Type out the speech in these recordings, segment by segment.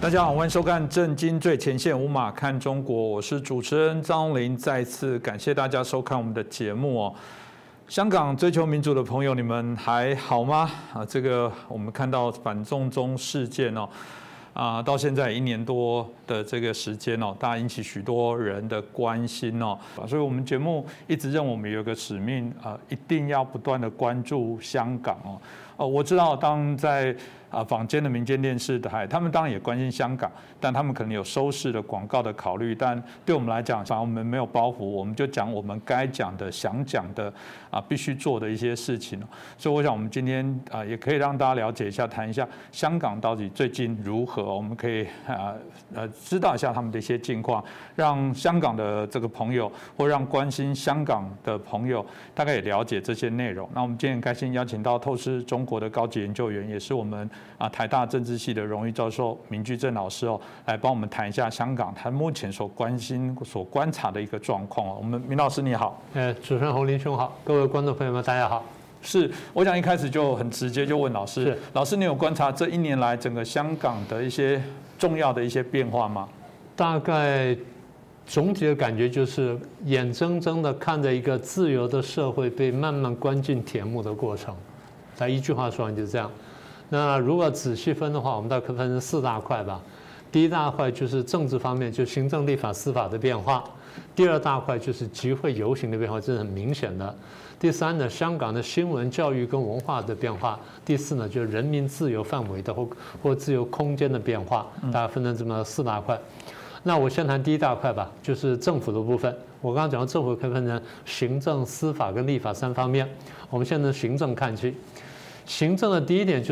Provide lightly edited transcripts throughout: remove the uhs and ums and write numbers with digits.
大家好，欢迎收看《震惊最前线》，无马看中国，我是主持人张荣麟。再次感谢大家收看我们的节目哦。香港追求民主的朋友，你们还好吗？这个我们看到反送中事件哦。到现在1年多的这个时间哦，大家引起许多人的关心哦，所以我们节目一直认为我们有一个使命，一定要不断的关注香港哦。我知道当在坊间的民间电视台，他们当然也关心香港，但他们可能有收视的广告的考虑，但对我们来讲，反正我们没有包袱，我们就讲我们该讲的、想讲的必须做的一些事情。所以我想我们今天也可以让大家了解一下，谈一下香港到底最近如何，我们可以知道一下他们的一些近况，让香港的这个朋友或让关心香港的朋友大概也了解这些内容。那我们今天很开心邀请到透视中国的高级研究员，也是我们台大政治系的荣誉教授明居正老师哦，来帮我们谈一下香港他目前所关心、所观察的一个状况哦。我们明老师你好， 主持人洪林兄好，各位观众朋友们大家好。 是，我想一开始就很直接就问老师，老师你有观察这1年来整个香港的一些重要的一些变化吗？ 大概总体的感觉就是眼睁睁的看着一个自由的社会被慢慢关进铁幕的过程。在一句话说完就是这样。那如果仔细分的话，我们大概分成4大块吧。第一大块就是政治方面，就行政、立法、司法的变化；第二大块就是集会游行的变化，这是很明显的；第三呢，香港的新闻、教育跟文化的变化；第四呢，就是人民自由范围的或自由空间的变化。大家分成这么4大块。那我先谈第一大块吧，就是政府的部分。我刚刚讲到政府可以分成行政、司法跟立法3方面。我们先从行政看起。行政的第一点就是，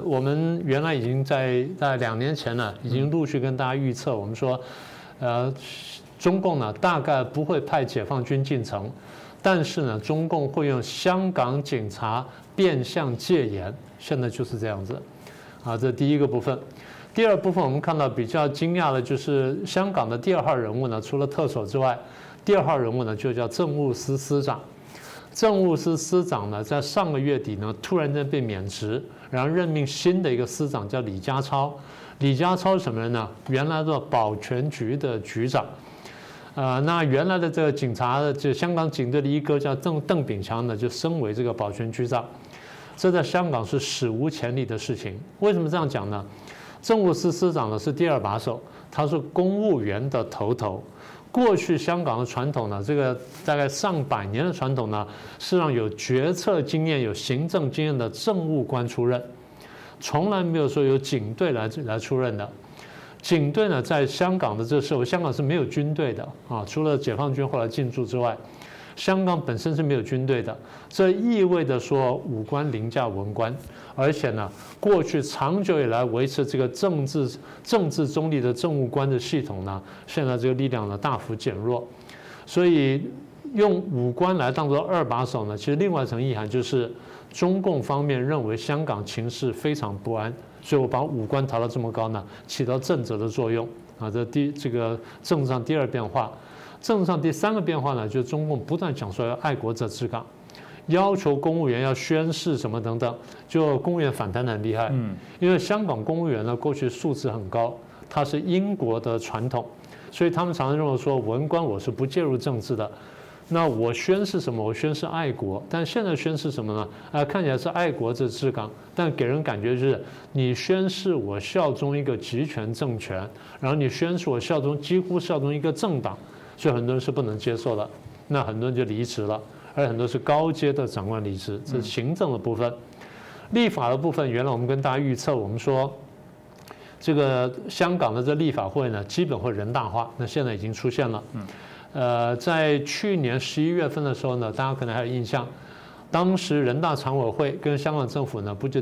我们原来已经在2年前呢，已经陆续跟大家预测，我们说，中共呢大概不会派解放军进城，但是呢，中共会用香港警察变相戒严，现在就是这样子，这是第一个部分。第二部分我们看到比较惊讶的就是香港的第2号人物呢，除了特首之外，第2号人物呢就叫政务司司长。政务司司长呢，在上个月底呢，突然间被免职，然后任命新的一个司长叫李家超。李家超是什么人呢？原来的保全局的局长。那原来的这个警察的，就香港警队的一哥叫邓炳强呢，就升为这个保全局长。这在香港是史无前例的事情。为什么这样讲呢？政务司司长呢是第2把手，他是公务员的头。过去香港的传统呢，这个大概上百年的传统呢，是让有决策经验、有行政经验的政务官出任，从来没有说由警队来出任的。警队呢，在香港的这个社会，香港是没有军队的除了解放军后来进驻之外，香港本身是没有军队的，这意味着说武官凌驾文官，而且呢，过去长久以来维持这个政治中立的政务官的系统呢，现在这个力量呢大幅减弱，所以用武官来当作2把手呢，其实另外一层意涵就是中共方面认为香港情势非常不安，所以我把武官抬到这么高呢，起到震慑的作用这个政治上第2变化。政治上第3个变化呢，就是中共不断讲说要爱国者治港，要求公务员要宣誓什么等等，就公务员反弹得很厉害。因为香港公务员呢过去素质很高，它是英国的传统，所以他们常常认为说文官我是不介入政治的。那我宣誓什么？我宣誓爱国，但现在宣誓什么呢？看起来是爱国者治港，但给人感觉就是你宣誓我效忠一个集权政权，然后你宣誓我几乎效忠一个政党。所以很多人是不能接受的，那很多人就离职了，而很多是高阶的长官离职，这是行政的部分。立法的部分，原来我们跟大家预测，我们说这个香港的这立法会呢，基本会人大化，那现在已经出现了。在去年11月份的时候呢，大家可能还有印象，当时人大常委会跟香港政府呢，不就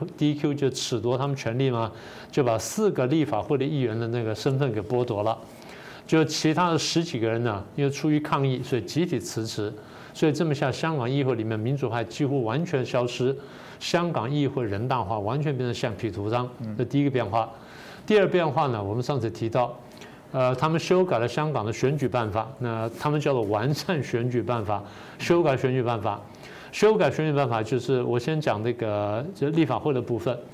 DQ 就褫夺他们权利吗？就把4个立法会的议员的那个身份给剥夺了。就其他的10几个人呢，因为出于抗议，所以集体辞职，所以这么下，香港议会里面民主派几乎完全消失，香港议会人大化完全变成橡皮图章。这第一个变化。第2变化呢，我们上次提到，他们修改了香港的选举办法，那他们叫做完善选举办法，修改选举办法。修改选举办法就是我先讲这个立法会的部分。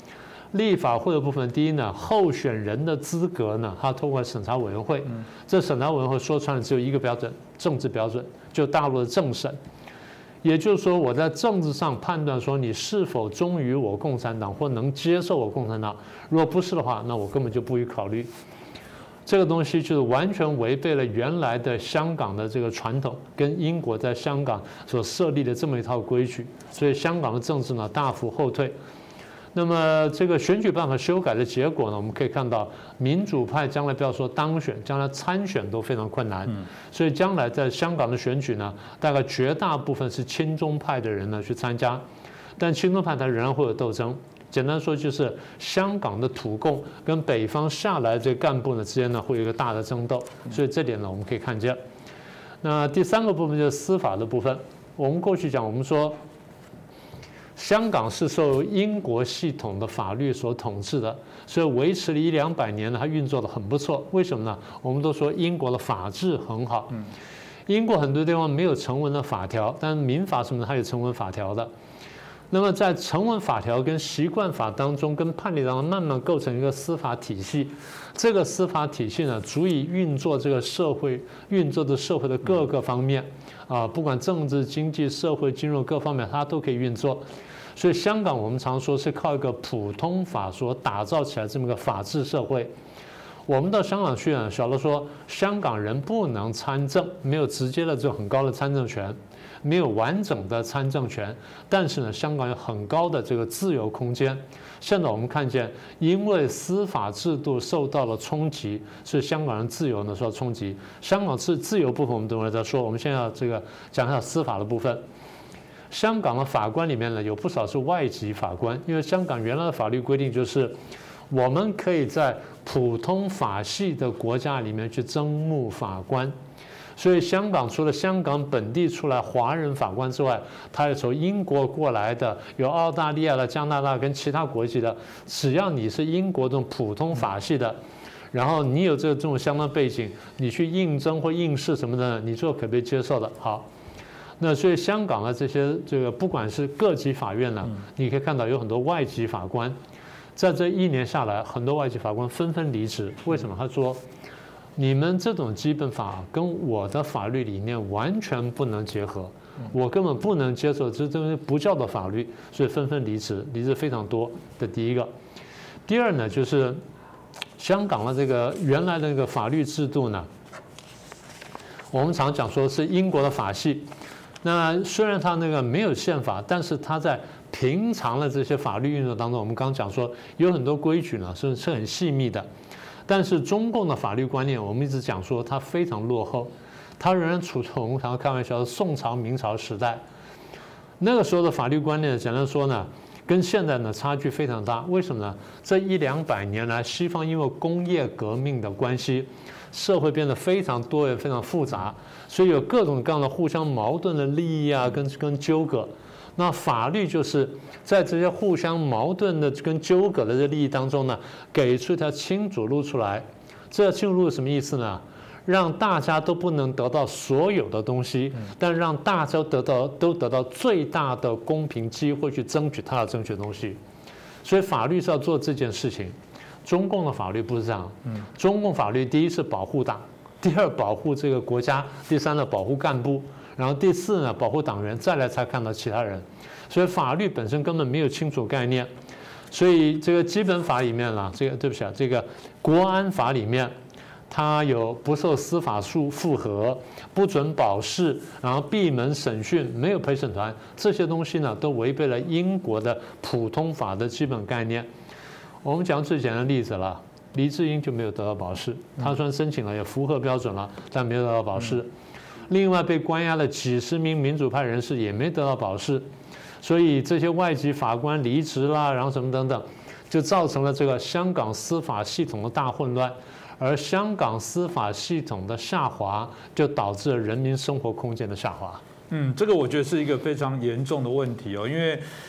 立法会的部分，第一呢，候选人的资格呢，它通过审查委员会，这审查委员会说穿了只有一个标准，政治标准，就大陆的政审。也就是说，我在政治上判断说你是否忠于我共产党，或能接受我共产党。如果不是的话，那我根本就不予考虑。这个东西就是完全违背了原来的香港的这个传统，跟英国在香港所设立的这么一套规矩，所以香港的政治呢大幅后退。那么这个选举办法修改的结果呢，我们可以看到，民主派将来不要说当选，将来参选都非常困难。所以将来在香港的选举呢，大概绝大部分是亲中派的人呢去参加，但亲中派它仍然会有斗争。简单说就是香港的土共跟北方下来这干部呢之间呢会有一个大的争斗，所以这点呢我们可以看见。那第三个部分就是司法的部分。我们过去讲，我们说香港是受英国系统的法律所统治的，所以维持了100-200年呢，它运作的很不错。为什么呢？我们都说英国的法治很好，英国很多地方没有成文的法条，但民法什么的它有成文法条的。那么在成文法条跟习惯法当中，跟判例当中慢慢构成一个司法体系。这个司法体系呢，足以运作这个社会，运作的社会的各个方面啊，不管政治、经济、社会、金融各方面，它都可以运作。所以香港我们常说是靠一个普通法所打造起来这么一个法治社会。我们到香港去呢，晓得说香港人不能参政，没有直接的这种很高的参政权，没有完整的参政权，但是呢，香港有很高的这个自由空间。现在我们看见，因为司法制度受到了冲击，所以香港人自由呢受到冲击。香港是自由部分，我们等会儿再说。我们现在要这个讲一下司法的部分。香港的法官里面呢，有不少是外籍法官，因为香港原来的法律规定就是，我们可以在普通法系的国家里面去征募法官。所以香港除了香港本地出来华人法官之外，他有从英国过来的，有澳大利亚的、加拿大跟其他国籍的，只要你是英国这种普通法系的，然后你有这种相当背景，你去应征或应试什么的，你就可被接受的。好，那所以香港的这个不管是各级法院呢，你可以看到有很多外籍法官，在这1年下来，很多外籍法官纷纷离职。为什么？他说，你们这种基本法跟我的法律理念完全不能结合，我根本不能接受，这东西不叫做法律，所以纷纷离职，离职非常多。这第一个。第二呢，就是香港的这个原来的那个法律制度呢，我们常讲说是英国的法系。那虽然它那个没有宪法，但是它在平常的这些法律运作当中，我们刚讲说有很多规矩呢是很细密的。但是中共的法律观念，我们一直讲说它非常落后，它仍然处从我们常开玩笑的宋朝、明朝时代。那个时候的法律观念，简单说呢，跟现在呢差距非常大。为什么呢？这100-200年来，西方因为工业革命的关系，社会变得非常多元、非常复杂，所以有各种各样的互相矛盾的利益啊，跟纠葛。那法律就是在这些互相矛盾的跟纠葛的这利益当中呢，给出一条清主路出来。这清主路什么意思呢？让大家都不能得到所有的东西，但让大家都得到最大的公平机会去争取他要争取的东西。所以法律是要做这件事情。中共的法律不是这样。中共法律第一是保护党，第二保护这个国家，第三呢保护干部。然后第四呢，保护党员，再来才看到其他人，所以法律本身根本没有清楚概念。所以这个基本法里面啦，这个国安法里面，它有不受司法复核、不准保释，然后闭门审讯，没有陪审团，这些东西呢，都违背了英国的普通法的基本概念。我们讲最简单的例子了，黎智英就没有得到保释，他虽然申请了也符合标准了，但没有得到保释。另外被关押了几十名民主派人士也没得到保释，所以这些外籍法官离职啦，然后什么等等，就造成了这个香港司法系统的大混乱，而香港司法系统的下滑，就导致了人民生活空间的下滑。 这个我觉得是一个非常严重的问题哦，因为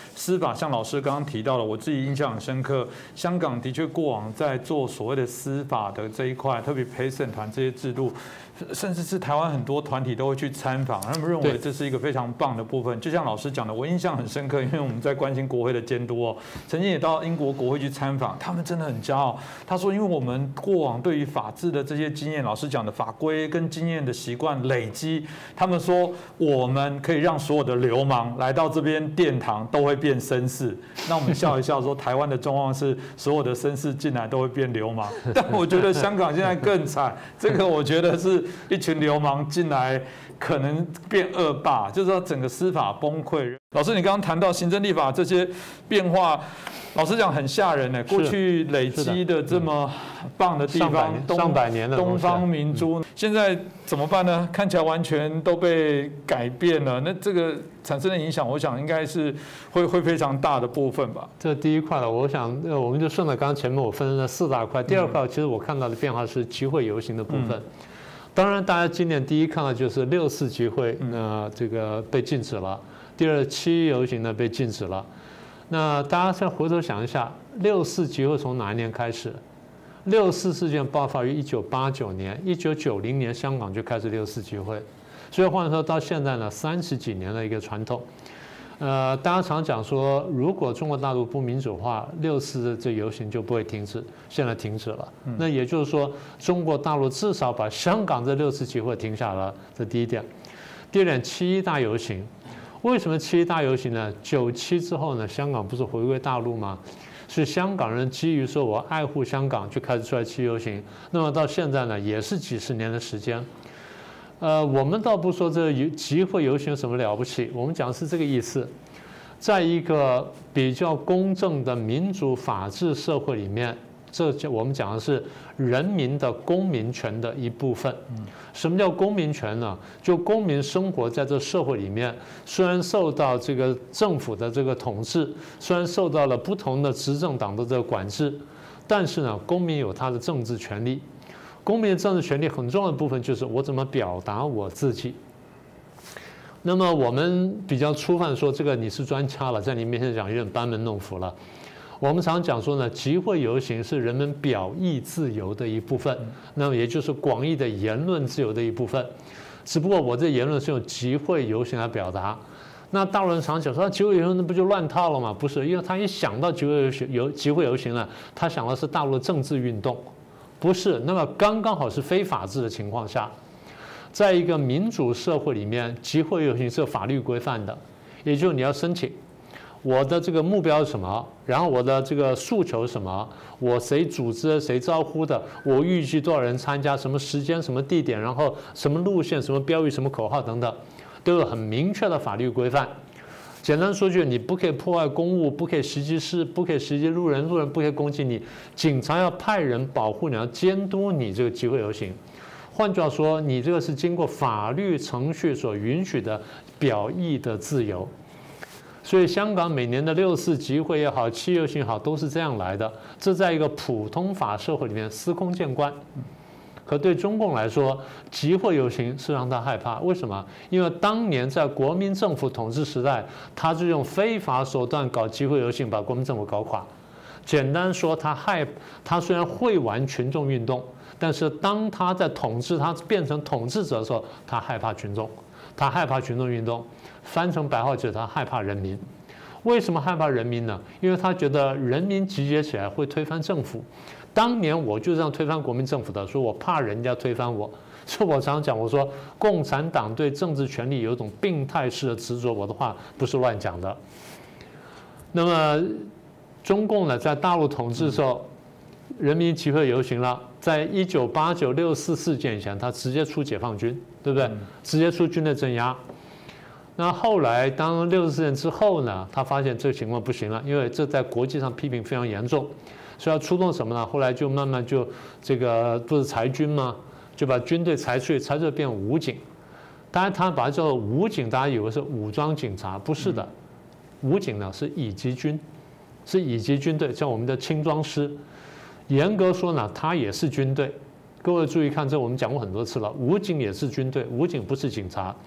司法像老师刚刚提到的，我自己印象很深刻，香港的确过往在做所谓的司法的这一块，特别陪审团这些制度。甚至是台湾很多团体都会去参访，他们认为这是一个非常棒的部分。就像老师讲的，我印象很深刻，因为我们在关心国会的监督哦，曾经也到英国国会去参访，他们真的很骄傲。他说，因为我们过往对于法治的这些经验，老师讲的法规跟经验的习惯累积，他们说我们可以让所有的流氓来到这边殿堂都会变绅士。那我们笑一笑说，台湾的状况是所有的绅士进来都会变流氓，但我觉得香港现在更惨，这个我觉得是。一群流氓进来，可能变恶霸，就是说整个司法崩溃。老师，你刚刚谈到行政立法这些变化，老实讲很吓人呢。过去累积的这么棒的地方， 上百年的东方明珠，现在怎么办呢？看起来完全都被改变了。那这个产生的影响，我想应该是会非常大的部分吧。 这第一块了，我想我们就顺着刚刚前面我分了4大块。第二块，其实我看到的变化是集会游行的部分。当然，大家今年第一看到就是6·4集会，这个被禁止了；第二7·1游行呢被禁止了。那大家再回头想一下，6·4集会从哪一年开始？6·4事件爆发于1989年，1990年香港就开始6·4集会，所以换句话说到现在呢，30几年的一个传统。大家常讲说，如果中国大陆不民主化，6·4的这游行就不会停止，现在停止了。那也就是说，中国大陆至少把香港这6·4集会停下了，这第一点。第二点，7·1大游行，为什么7·1大游行呢？97之后呢，香港不是回归大陆吗？是香港人基于说我爱护香港，就开始出来7·1游行。那么到现在呢，也是几十年的时间。我们倒不说这集会游行有什么了不起，我们讲的是这个意思，在一个比较公正的民主法治社会里面，这我们讲的是人民的公民权的一部分。什么叫公民权呢？就公民生活在这社会里面，虽然受到这个政府的这个统治，虽然受到了不同的执政党的这个管制，但是呢，公民有他的政治权利。公民的政治权利很重要的部分就是我怎么表达我自己。那么我们比较粗泛说，这个你是专家了，在你面前讲有点班门弄斧了。我们常讲说呢，集会游行是人们表意自由的一部分，那么也就是广义的言论自由的一部分。只不过我这言论是用集会游行来表达。那大陆人常讲说，集会游行那不就乱套了吗？不是，因为他一想到集会游行了，他想的是大陆的政治运动。不是，那么刚刚好是非法治的情况下，在一个民主社会里面，集会游行是有法律规范的，也就是你要申请，我的这个目标是什么，然后我的这个诉求是什么，我谁组织谁招呼的，我预计多少人参加，什么时间什么地点，然后什么路线什么标语什么口号等等，都有很明确的法律规范。简单说句，你不可以破坏公物，不可以袭击不可以袭击路人，路人不可以攻击你，警察要派人保护你，要监督你这个集会游行。换句话说，你这个是经过法律程序所允许的表意的自由。所以香港每年的6·4集会也好，7·1游行也好，都是这样来的。这在一个普通法社会里面司空见惯。可对中共来说，集会游行是让他害怕。为什么？因为当年在国民政府统治时代，他就用非法手段搞集会游行，把国民政府搞垮。简单说，他虽然会玩群众运动，但是当他在统治，他变成统治者的时候，他害怕群众，他害怕群众运动。翻成白话就是他害怕人民。为什么害怕人民呢？因为他觉得人民集结起来会推翻政府。当年我就这样推翻国民政府的，所以我怕人家推翻我。所以我常讲，我说共产党对政治权力有一种病态式的执着，我的话不是乱讲的。那么中共呢，在大陆统治的时候，人民集会游行了，在1989 6·4事件以前，他直接出解放军，对不对？直接出军队镇压。那后来当6·4事件之后呢，他发现这个情况不行了，因为这在国际上批评非常严重。所以要出动什么呢？后来就慢慢就这个不是裁军吗？就把军队裁出去，裁出变武警。当然他把它叫做武警，大家以为是武装警察，不是的。武警呢是乙级军，是乙级军队，像我们的轻装师。严格说呢，它也是军队。各位注意看，这我们讲过很多次了，武警也是军队，武警不是警察。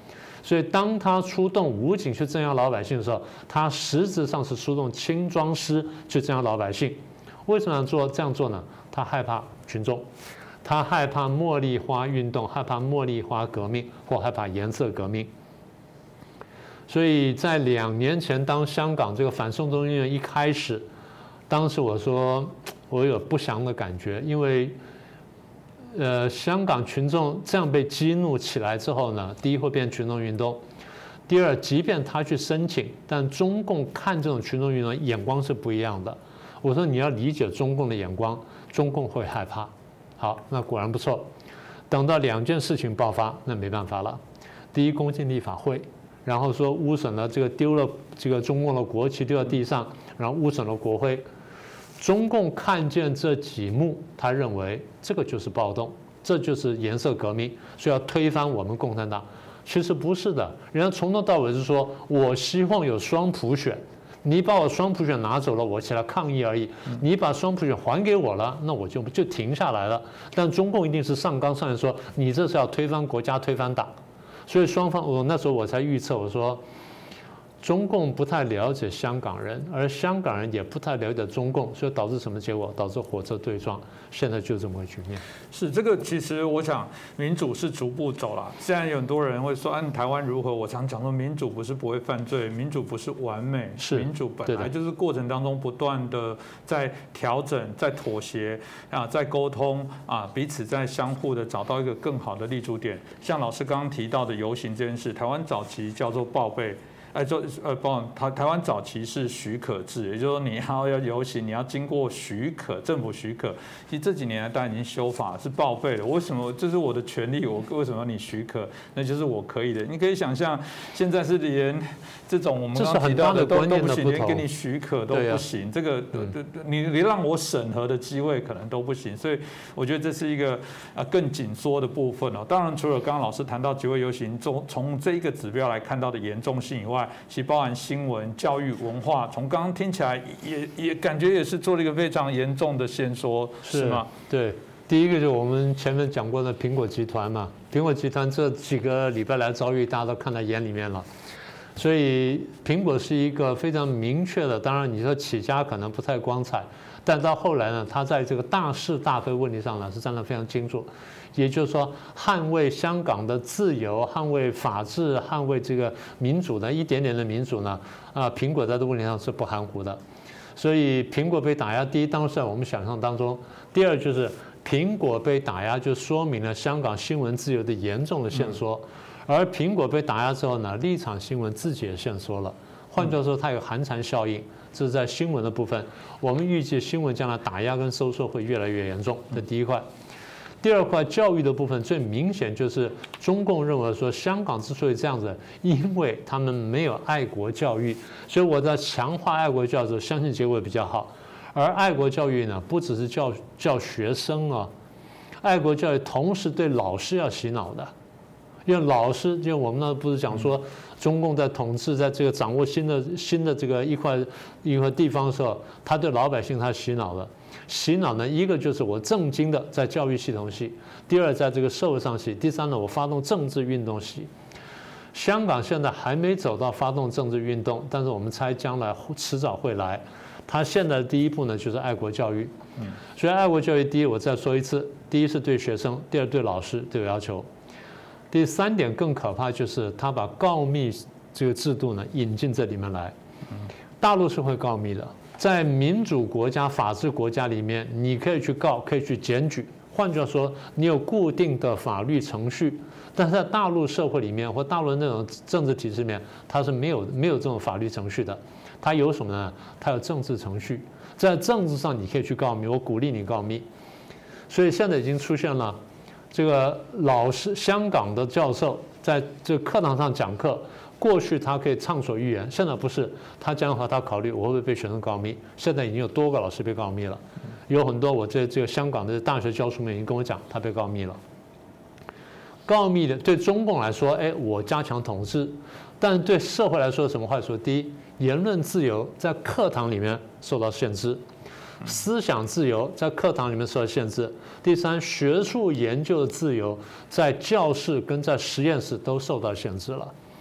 所以当他出动武警去镇压老百姓的时候，他实质上是出动轻装师去镇压老百姓。为什么要这样做呢？他害怕群众，他害怕茉莉花运动，害怕茉莉花革命，或害怕颜色革命。所以在2年前，当香港这个反送中运动一开始，当时我说我有不祥的感觉，因为香港群众这样被激怒起来之后呢，第一会变群众运动，第二，即便他去申请，但中共看这种群众运动眼光是不一样的。我说你要理解中共的眼光，中共会害怕。好，那果然不错。等到2件事情爆发，那没办法了。第一，攻进立法会，然后说污损了丢了这个中共的国旗丢到地上，然后污损了国徽。中共看见这几幕，他认为这个就是暴动，这就是颜色革命，所以要推翻我们共产党。其实不是的，人家从头到尾是说，我希望有双普选。你把我双普选拿走了，我起来抗议而已。你把双普选还给我了，那我就停下来了。但中共一定是上纲上线说，你这是要推翻国家、推翻党。所以双方，那时候我才预测，我说中共不太了解香港人，而香港人也不太了解中共，所以导致什么结果？导致火车对撞，现在就这么个局面。 是这个，其实我想民主是逐步走啦。现在有很多人会说，台湾如何？我常讲说，民主不是不会犯罪，民主不是完美，民主本来就是过程当中不断的在调整、在妥协啊，在沟通啊，彼此在相互的找到一个更好的立足点。像老师刚刚提到的游行这件事，台湾早期叫做报备。台湾早期是许可制，也就是说你要游行，你要经过许可，政府许可。其实这几年当然已经修法是报备了。为什么这是我的权利？我为什么要你许可？那就是我可以的。你可以想象，现在是连这种我们刚刚提到的都不行，连给你许可都不行。这个你让我审核的机会可能都不行。所以我觉得这是一个更紧缩的部分哦。当然，除了刚刚老师谈到集会游行从这一个指标来看到的严重性以外，其实包含新闻、教育、文化，从刚刚听起来也感觉也是做了一个非常严重的限缩，是吗？ 对，第一个就是我们前面讲过的苹果集团嘛，苹果集团这几个礼拜来遭遇，大家都看在眼里面了。所以苹果是一个非常明确的，当然你说起家可能不太光彩，但到后来呢，他在这个大是大非问题上呢是站得非常清楚。也就是说，捍卫香港的自由、捍卫法治、捍卫这个民主的一点点的民主呢，苹果在这问题上是不含糊的。所以苹果被打压，第一当然是在我们想象当中，第二就是苹果被打压，就说明了香港新闻自由的严重的限缩。而苹果被打压之后呢，立场新闻自己也限缩了。换句话说，它有寒蝉效应，这是在新闻的部分。我们预计新闻将来打压跟收缩会越来越严重，这第一块。第二块教育的部分最明显就是中共认为说香港之所以这样子，因为他们没有爱国教育，所以我在强化爱国教育的时候，相信结果比较好。而爱国教育呢，不只是教学生啊，爱国教育同时对老师要洗脑的，因为老师，因为我们那不是讲说中共在统治，在这个掌握新的这个一块地方的时候，他对老百姓他洗脑了。洗脑呢，一个就是我正经的在教育系统洗，第二在这个社会上洗，第三呢我发动政治运动洗。香港现在还没走到发动政治运动，但是我们猜将来迟早会来。他现在的第一步呢就是爱国教育，所以爱国教育第一我再说一次，第一是对学生，第二对老师都有要求。第三点更可怕就是他把告密这个制度呢引进这里面来，大陆是会告密的。在民主国家、法治国家里面，你可以去告，可以去检举。换句话说，你有固定的法律程序。但是在大陆社会里面，或大陆那种政治体制里面，它是没有这种法律程序的。它有什么呢？它有政治程序。在政治上，你可以去告密，我鼓励你告密。所以现在已经出现了这个老师，香港的教授在这课堂上讲课。过去他可以畅所欲言，现在不是。他将和他考虑我会不会被学生告密。现在已经有多个老师被告密了，有很多我这个香港的大学教授们已经跟我讲，他被告密了。告密的对中共来说，我加强统治，但对社会来说什么坏处？第一，言论自由在课堂里面受到限制，思想自由在课堂里面受到限制。第三，学术研究的自由在教室跟在实验室都受到限制了。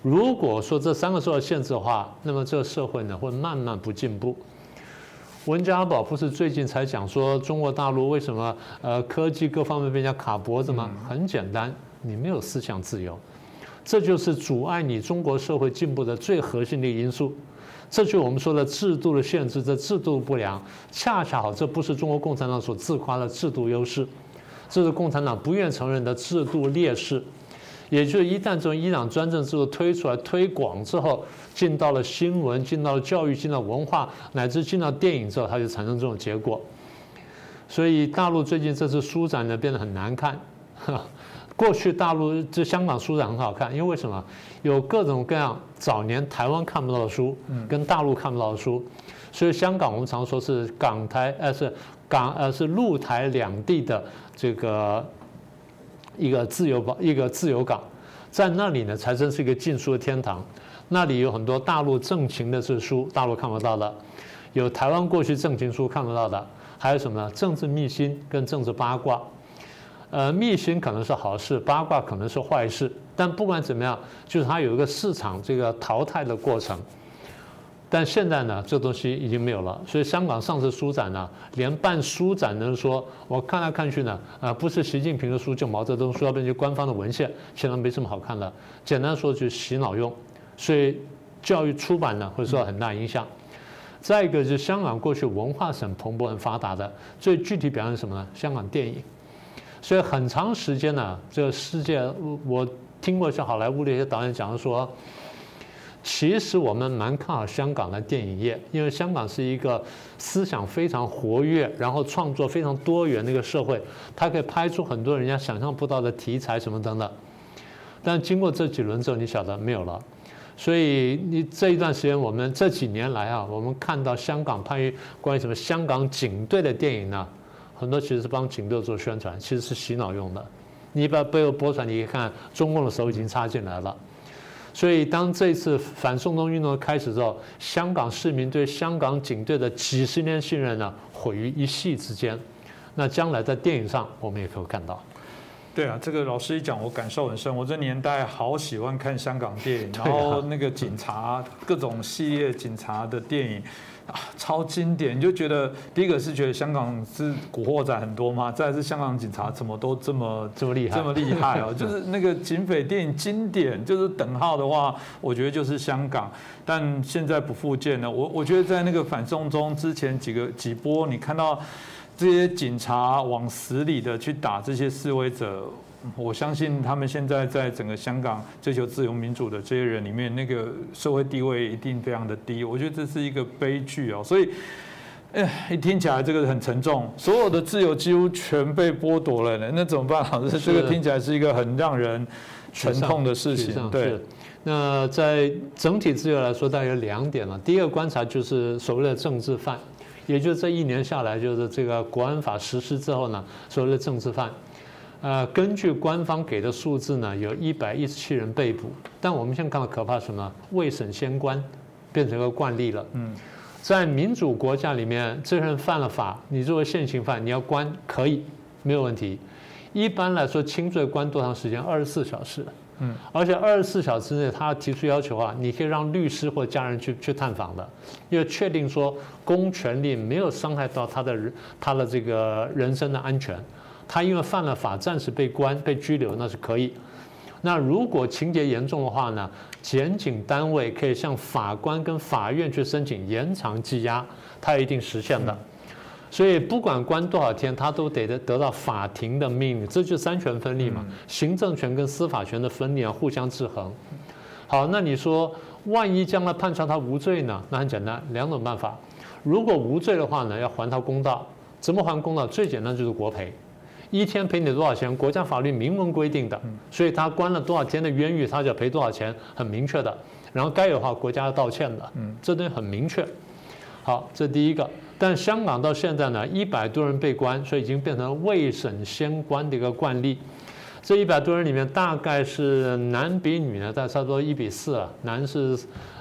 如果说这3个受到限制的话，那么这个社会呢会慢慢不进步。温家宝不是最近才讲说中国大陆为什么科技各方面被人家卡脖子吗？很简单，你没有思想自由，这就是阻碍你中国社会进步的最核心的因素。这就是我们说的制度的限制，这制度不良，恰恰好这不是中国共产党所自夸的制度优势，这是共产党不愿承认的制度劣势。也就是一旦这种一党专政制度推出来推广之后，进到了新闻，进到了教育，进到文化，乃至进到电影之后，它就产生这种结果。所以大陆最近这次书展呢变得很难看。过去大陆这香港书展很好看，因为什么？有各种各样早年台湾看不到的书，跟大陆看不到的书。所以香港我们常说是是陆台两地的这个一个自由港，在那里呢才真是一个禁书的天堂。那里有很多大陆政情的书，大陆看不到的；有台湾过去政情书看不到的，还有什么呢？政治秘辛跟政治八卦。秘辛可能是好事，八卦可能是坏事，但不管怎么样，就是它有一个市场这个淘汰的过程。但现在呢，这东西已经没有了，所以香港上次书展呢，连办书展的人说，我看来看去呢，不是习近平的书，就毛泽东书，要不然就官方的文献，显然没什么好看的。简单说就是洗脑用，所以教育出版呢会受到很大影响。再一个就是香港过去文化是很蓬勃、很发达的，最具体表现是什么呢？香港电影。所以很长时间呢，这个世界我听过一些好莱坞的一些导演讲说，其实我们蛮看好香港的电影业，因为香港是一个思想非常活跃，然后创作非常多元的一个社会，它可以拍出很多人家想象不到的题材什么等等。但经过这几轮之后，你晓得没有了。所以你这一段时间，我们这几年来啊，我们看到香港拍关于什么香港警队的电影呢？很多其实是帮警队做宣传，其实是洗脑用的。你把背后播出来，你一看，中共的手已经插进来了。所以当这次反送中运动开始之后，香港市民对香港警队的几十年信任呢，毁于一夕之间。那将来在电影上，我们也可以看到。 对啊，这个老师一讲，我感受很深。我这年代好喜欢看香港电影，然后那个警察各种系列警察的电影。超经典，你就觉得第一个是觉得香港是古惑仔很多嘛，再来是香港警察怎么都这么厉害哦，就是那个警匪电影经典，就是等号的话，我觉得就是香港，但现在不复见了。我觉得在那个反送中之前几波，你看到这些警察往死里的去打这些示威者。我相信他们现在在整个香港追求自由民主的这些人里面，那个社会地位一定非常的低。我觉得这是一个悲剧哦，所以，一听起来这个很沉重，所有的自由几乎全被剥夺了呢，那怎么办？老师，这个听起来是一个很让人沉痛的事情。对。 那在整体自由来说，大概有2点了。第一个观察就是所谓的政治犯，也就是这1年下来，就是这个国安法实施之后呢，所谓的政治犯。根据官方给的数字呢，有117人被捕，但我们现在看到可怕什么？未审先关，变成一个惯例了。在民主国家里面，这个人犯了法，你作为现行犯，你要关可以，没有问题。一般来说，轻罪关多长时间？24小时。而且24小时内他提出要求的话，你可以让律师或家人去探访的，因为确定说公权力没有伤害到他的这个人身的安全。他因为犯了法，暂时被关、被拘留，那是可以。那如果情节严重的话呢，检警单位可以向法官跟法院去申请延长羁押，它有一定时限的。所以不管关多少天，他都得到法庭的命令，这就是3权分立嘛，行政权跟司法权的分立啊，互相制衡。好，那你说万一将来判传他无罪呢？那很简单，2种办法。如果无罪的话呢，要还他公道。怎么还公道？最简单就是国赔。1天赔你多少钱？国家法律明文规定的，所以他关了多少天的冤狱，他就要赔多少钱，很明确的。然后该有的话，国家要道歉的，这东西很明确。好，这第一个。但香港到现在呢，100多人被关，所以已经变成未审先关的一个惯例。这100多人里面，大概是男比女呢，大概差不多1比4了，男是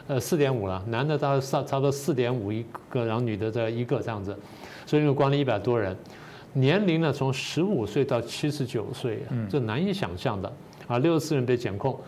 4.5了，男的大概差不多4.5一个，然后女的1个这样子，所以就关了100多人。年龄呢，从15岁到79岁，这难以想象的啊。64人被检控，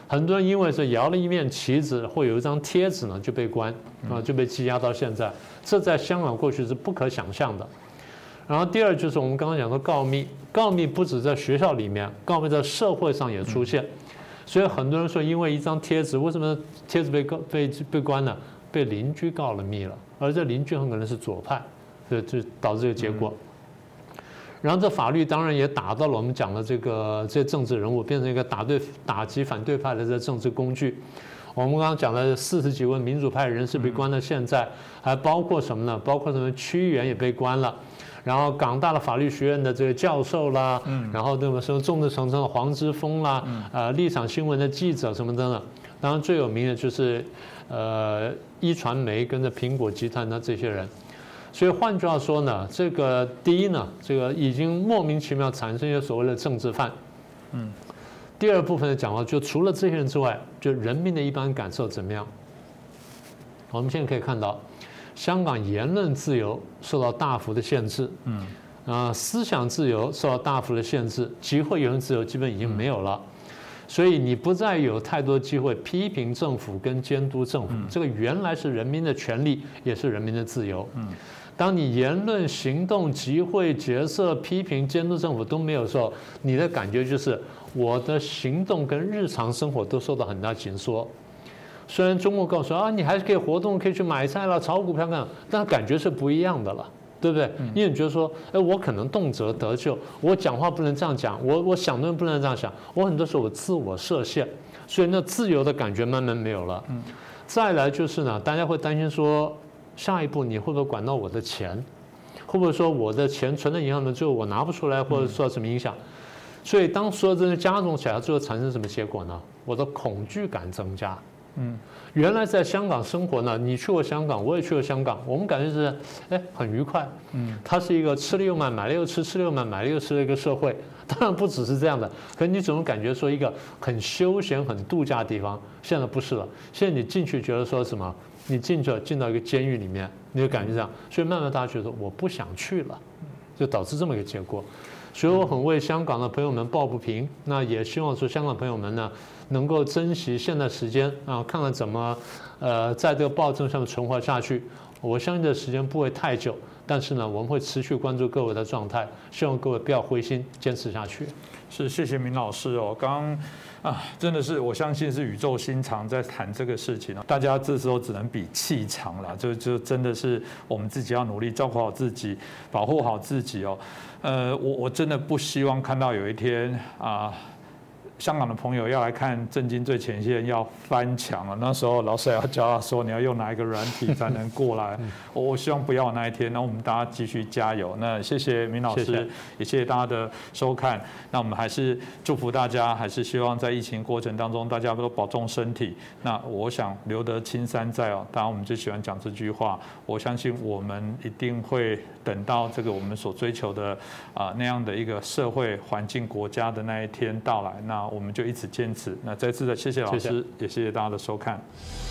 很多人因为是摇了一面旗子或有一张贴纸呢就被关就被羁押到现在，这在香港过去是不可想象的。然后第二就是我们刚刚讲的告密，告密不止在学校里面，告密在社会上也出现。所以很多人说，因为一张贴纸，为什么贴纸被关了？被邻居告了密了，而这邻居很可能是左派，就导致这个结果。然后这法律当然也打到了我们讲的这些政治人物，变成一个打击反对派的这政治工具。我们刚刚讲的40几位民主派人士被关到现在，还包括什么呢？包括什么区议员也被关了。然后港大的法律学院的这个教授啦，然后那么什么众志成城的黄之锋啦，立场新闻的记者什么的呢？当然最有名的就是一传媒跟着苹果集团的这些人。所以换句话说呢，这个第一呢，这个已经莫名其妙产生一些所谓的政治犯。第二部分的讲话，就除了这些人之外，就人民的一般感受怎么样？我们现在可以看到。香港言论自由受到大幅的限制，思想自由受到大幅的限制，集会言论自由基本已经没有了，所以你不再有太多机会批评政府跟监督政府，这个原来是人民的权利，也是人民的自由。当你言论、行动、集会、决策、批评、监督政府都没有的时候，你的感觉就是我的行动跟日常生活都受到很大紧缩。虽然中国告诉你还是可以活动，可以去买菜了、炒股票干，但感觉是不一样的了，对不对？因为你觉得说，我可能动辄得咎，我讲话不能这样讲，我想东西不能这样想，我很多时候我自我设限，所以那自由的感觉慢慢没有了。再来就是呢，大家会担心说，下一步你会不会管到我的钱？会不会说我的钱存在银行里面最后我拿不出来，或者受到什么影响？所以当所有这些加重起来，最后产生什么结果呢？我的恐惧感增加。原来在香港生活呢，你去过香港，我也去过香港，我们感觉是很愉快。它是一个吃了又买，买了又吃，吃了又买，买了又吃的一个社会。当然不只是这样的，可你总感觉说一个很休闲、很度假的地方，现在不是了。现在你进去觉得说什么？你进到一个监狱里面，你就感觉这样，所以慢慢大家觉得我不想去了，就导致这么一个结果。所以我很为香港的朋友们抱不平，那也希望说香港朋友们呢能够珍惜现在时间看看怎么在这个暴政上面存活下去。我相信这时间不会太久，但是呢我们会持续关注各位的状态，希望各位不要灰心，坚持下去。 是，谢谢明老师哦。刚真的是我相信是宇宙心肠在谈这个事情，大家这时候只能比气场了，就真的是我们自己要努力照顾好自己，保护好自己哦。我真的不希望看到有一天香港的朋友要来看《震惊最前线》要翻墙了，那时候老师要教他说你要用哪一个软体才能过来。我希望不要那一天，那我们大家继续加油。那谢谢明老师，也谢谢大家的收看。那我们还是祝福大家，还是希望在疫情过程当中大家都保重身体。那我想留得青山在哦，当然我们最喜欢讲这句话。我相信我们一定会等到这个我们所追求的那样的一个社会环境、国家的那一天到来。那我们就一直坚持。那再次的谢谢老师，也谢谢大家的收看。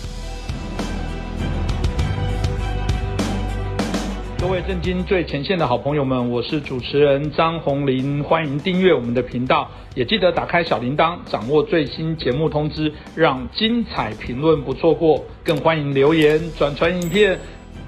各位震惊最前线的好朋友们，我是主持人张宏林，欢迎订阅我们的频道，也记得打开小铃铛，掌握最新节目通知，让精彩评论不错过。更欢迎留言、转传影片。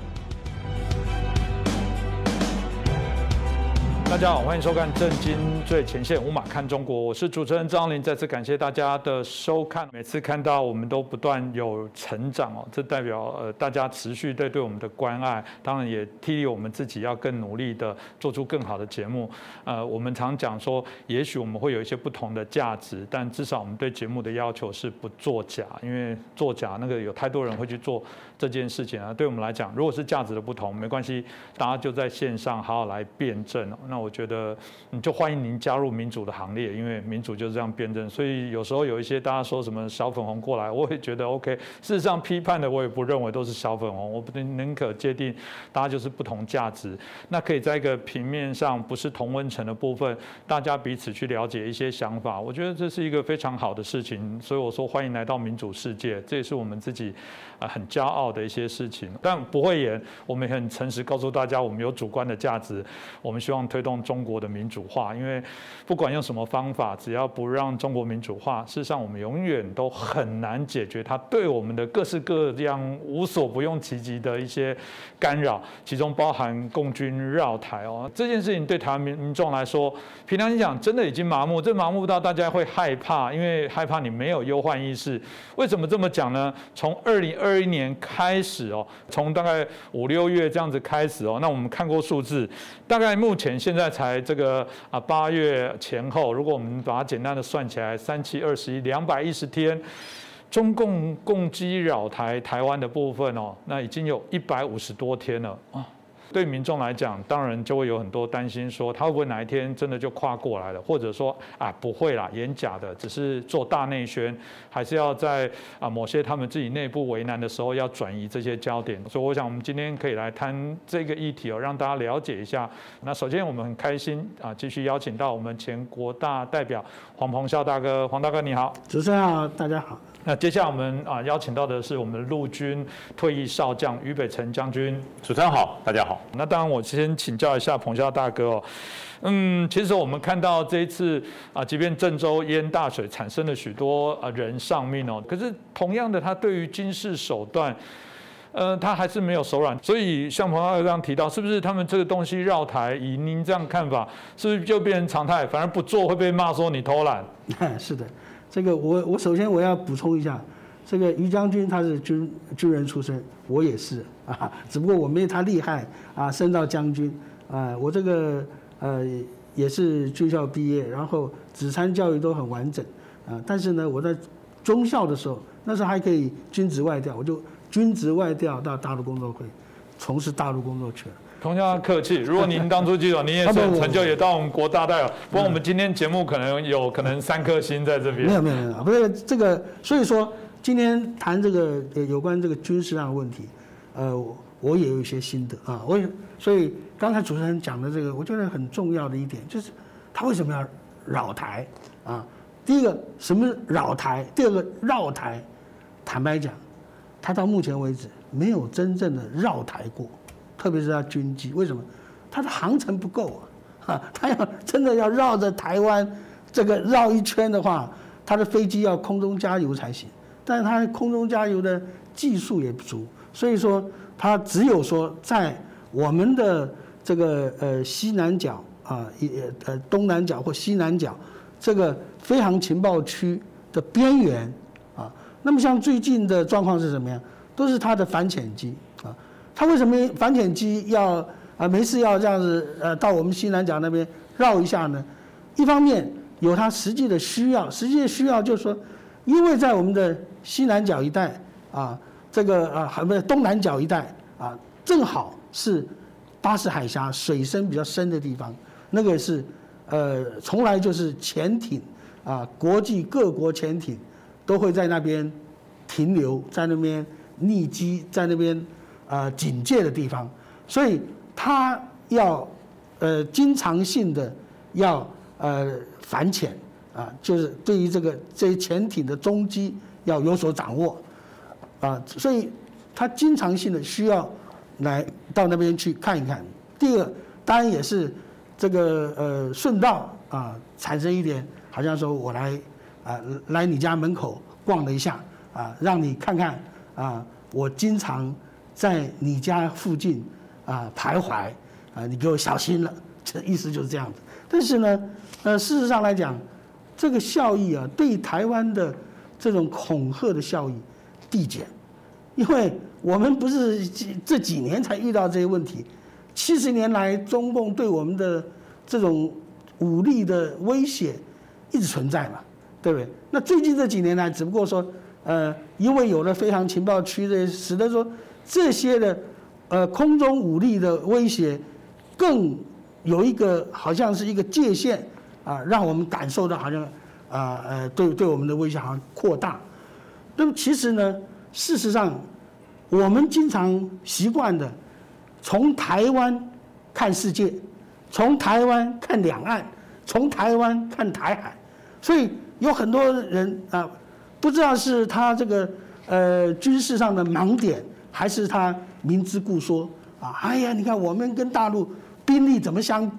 大家好，欢迎收看《震惊最前线》，无马看中国，我是主持人张林。再次感谢大家的收看，每次看到我们都不断有成长哦，这代表大家持续对我们的关爱，当然也激励我们自己要更努力的做出更好的节目。我们常讲说，也许我们会有一些不同的价值，但至少我们对节目的要求是不作假，因为作假那个有太多人会去做这件事情啊。对我们来讲，如果是价值的不同，没关系，大家就在线上好好来辩证。那我觉得就欢迎您加入民主的行列，因为民主就是这样辩证。所以有时候有一些大家说什么小粉红过来，我也觉得 OK。事实上批判的我也不认为都是小粉红，我宁可界定大家就是不同价值。那可以在一个平面上不是同温层的部分，大家彼此去了解一些想法，我觉得这是一个非常好的事情。所以我说欢迎来到民主世界，这也是我们自己很骄傲的一些事情。但不会演，我们很诚实告诉大家，我们有主观的价值，我们希望推动望中国的民主化，因为不管用什么方法，只要不让中国民主化，事实上我们永远都很难解决它对我们的各式各样无所不用其极的一些干扰，其中包含共军绕台哦。这件事情对台湾民众来说，凭良心讲，真的已经麻木，这麻木到大家会害怕，因为害怕你没有忧患意识。为什么这么讲呢？从2021年开始哦，从大概5、6月这样子开始哦，那我们看过数字，大概目前现在才这个8月前后，如果我们把它简单的算起来，3、7、21、210天。中共攻击扰台台湾的部分哦，那已经有150多天了啊。对民众来讲，当然就会有很多担心，说他会不会哪一天真的就跨过来了，或者说不会啦，演假的，只是做大内宣，还是要在某些他们自己内部为难的时候要转移这些焦点。所以我想我们今天可以来谈这个议题哦，让大家了解一下。那首先我们很开心继续邀请到我们前国大代表黄澎孝大哥，黄大哥你好。 主持人好，大家好。 那接下来我们邀请到的是我们的陆军退役少将于北辰将军。 主持人好，大家好。 那当然，我先请教一下澎孝大哥哦。其实我们看到这一次即便郑州淹大水产生了许多人丧命哦，可是同样的，他对于军事手段，他还是没有手软。所以像澎孝大哥这样提到，是不是他们这个东西绕台，以您这样看法，是不是就变成常态？反而不做会被骂说你偷懒？ 是的。这个我首先我要补充一下，这个于将军他是军人出身，我也是只不过我没有他厉害升到将军我这个也是军校毕业，然后子参教育都很完整但是呢，我在中校的时候，那时候还可以军职外调，我就军职外调到大陆工作会，从事大陆工作去了。 同样客气，如果您当初记得，您也是很成就，也到我们国大代表。不过我们今天节目可能3颗星在这边。没有，不是这个，所以说今天谈这个有关这个军事上的问题，我也有一些心得所以刚才主持人讲的这个，我觉得很重要的一点就是他为什么要扰台第一个什么扰台，第二个绕台，坦白讲，他到目前为止没有真正的绕台过。特别是他军机，为什么？他的航程不够他真的要绕着台湾这个绕一圈的话，他的飞机要空中加油才行。但是他空中加油的技术也不足，所以说他只有说在我们的这个西南角东南角或西南角这个飞航情报区的边缘那么像最近的状况是什么样？都是他的反潜机他为什么反潜机要没事要这样子到我们西南角那边绕一下呢？一方面有它实际的需要，就是说，因为在我们的西南角一带这个不是东南角一带正好是巴士海峡水深比较深的地方，那个是从来就是潜艇国际各国潜艇都会在那边停留，在那边匿机，在那边警戒的地方，所以他要经常性的要反潜就是对于这些潜艇的踪迹要有所掌握所以他经常性的需要来到那边去看一看。第二，当然也是这个顺道产生一点，好像说我来你家门口逛了一下让你看看我经常在你家附近徘徊你给我小心了，这意思就是这样子。但是呢事实上来讲，这个效益对台湾的这种恐吓的效益递减，因为我们不是这几年才遇到这些问题，70年来中共对我们的这种武力的威胁一直存在嘛，对不对？那最近这几年来，只不过说因为有了飞航情报区的，使得说这些的空中武力的威胁更有一个好像是一个界限让我们感受到好像对我们的威胁好像扩大。那么其实呢，事实上我们经常习惯的从台湾看世界，从台湾看两岸，从台湾看台海，所以有很多人不知道是他这个军事上的盲点，还是他明知故说哎呀，你看我们跟大陆兵力怎么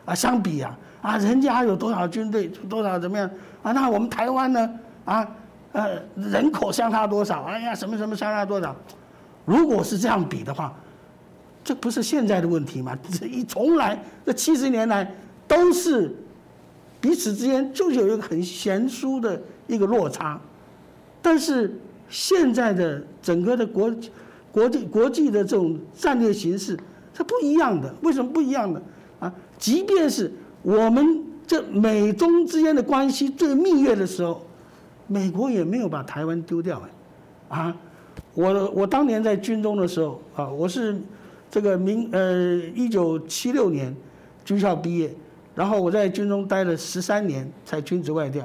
相比人家有多少军队，多少怎么样那我们台湾呢人口相差多少？哎呀，什么什么相差多少？如果是这样比的话，这不是现在的问题吗？从来这70年来都是彼此之间就有一个很悬殊的一个落差，但是现在的整个的国际的这种战略形势是不一样的。为什么不一样的即便是我们这美中之间的关系最蜜月的时候，美国也没有把台湾丢掉我当年在军中的时候我是这个1976年军校毕业，然后我在军中待了13年才军职外调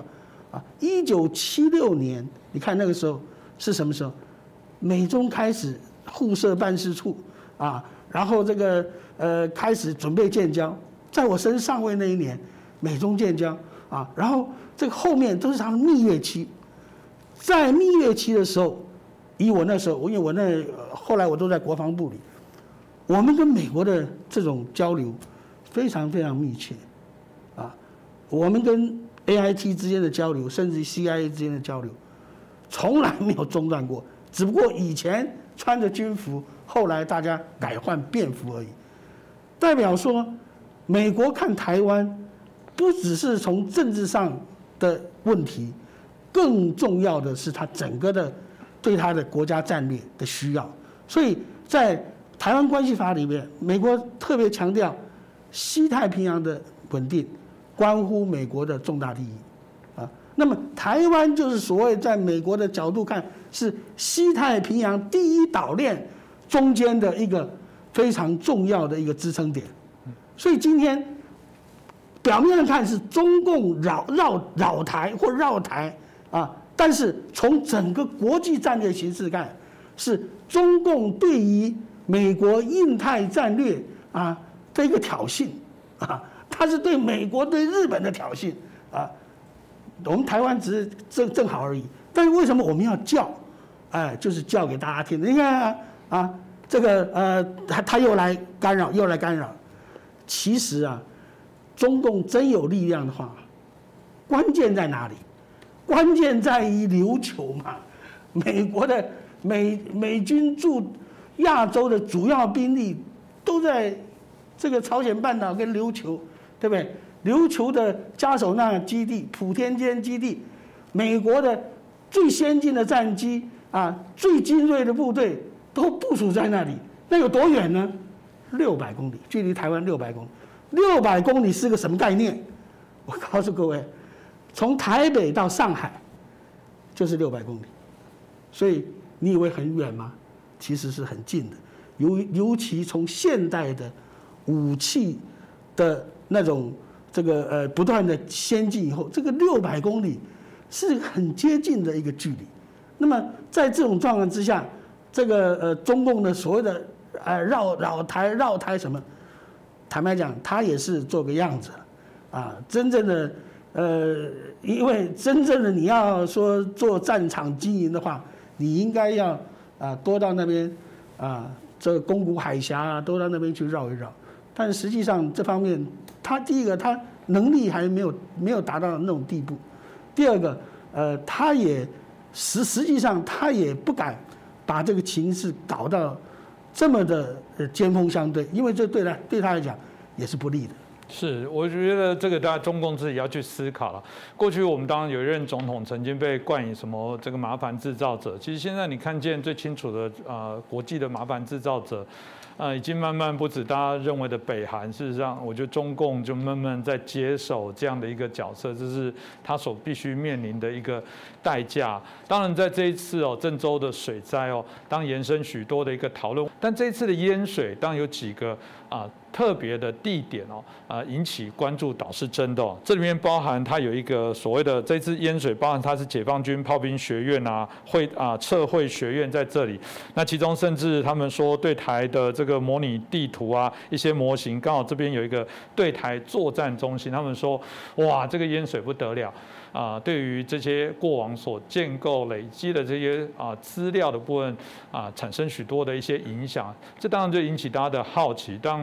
1976年，你看那个时候是什么时候？美中开始互设办事处然后这个开始准备建交，在我升上尉那一年，美中建交然后这个后面都是他的蜜月期。在蜜月期的时候，以我那时候，因为我后来我都在国防部里，我们跟美国的这种交流非常非常密切我们跟 AIT 之间的交流，甚至于 CIA 之间的交流，从来没有中断过。只不过以前穿着军服，后来大家改换便服而已。代表说，美国看台湾，不只是从政治上的问题，更重要的是它整个的对它的国家战略的需要。所以在台湾关系法里面，美国特别强调西太平洋的稳定关乎美国的重大利益那么台湾就是所谓在美国的角度看，是西太平洋第一岛链中间的一个非常重要的一个支撑点。所以今天表面上看是中共扰台或绕台但是从整个国际战略形势看，是中共对于美国印太战略的一个挑衅它是对美国对日本的挑衅我们台湾只是正好而已。但是为什么我们要叫就是叫给大家听。你看这个他又来干扰，又来干扰。其实中共真有力量的话，关键在哪里？关键在于琉球嘛。美国的美军驻亚洲的主要兵力都在这个朝鲜半岛跟琉球，对不对？琉球的加手纳基地、普天间基地，美国的最先进的战机最精锐的部队都部署在那里。那有多远呢？600公里，距离台湾600公里。600公里是个什么概念？我告诉各位，从台北到上海就是600公里。所以你以为很远吗？其实是很近的。尤其从现代的武器的那种这个不断的先进以后，这个600公里是很接近的一个距离。那么在这种状况之下，这个中共的所谓的绕台什么，坦白讲，他也是做个样子真正的因为真正的你要说做战场经营的话，你应该要多到那边这个宫古海峡都到那边去绕一绕。但实际上这方面，他第一个他能力还没有达到那种地步，第二个他也实际上他也不敢把这个情势搞到这么的尖锋相对，因为这对他来讲也是不利的。 是，我觉得这个大家中共自己要去思考了。过去我们当然有一任总统曾经被冠以什么这个麻烦制造者，其实现在你看见最清楚的国际的麻烦制造者。已经慢慢不止大家认为的北韩，事实上，我觉得中共就慢慢在接手这样的一个角色，这是他所必须面临的一个代价。当然，在这一次郑州的水灾当延伸许多的一个讨论，但这一次的淹水，当然有几个特别的地点引起关注，倒是真的这里面包含它有一个所谓的这次淹水，包含它是解放军炮兵学院测绘学院在这里。那其中甚至他们说对台的这个模拟地图一些模型，刚好这边有一个对台作战中心，他们说哇，这个淹水不得了。对于这些过往所建构累积的这些资料的部分产生许多的一些影响，这当然就引起大家的好奇。当中共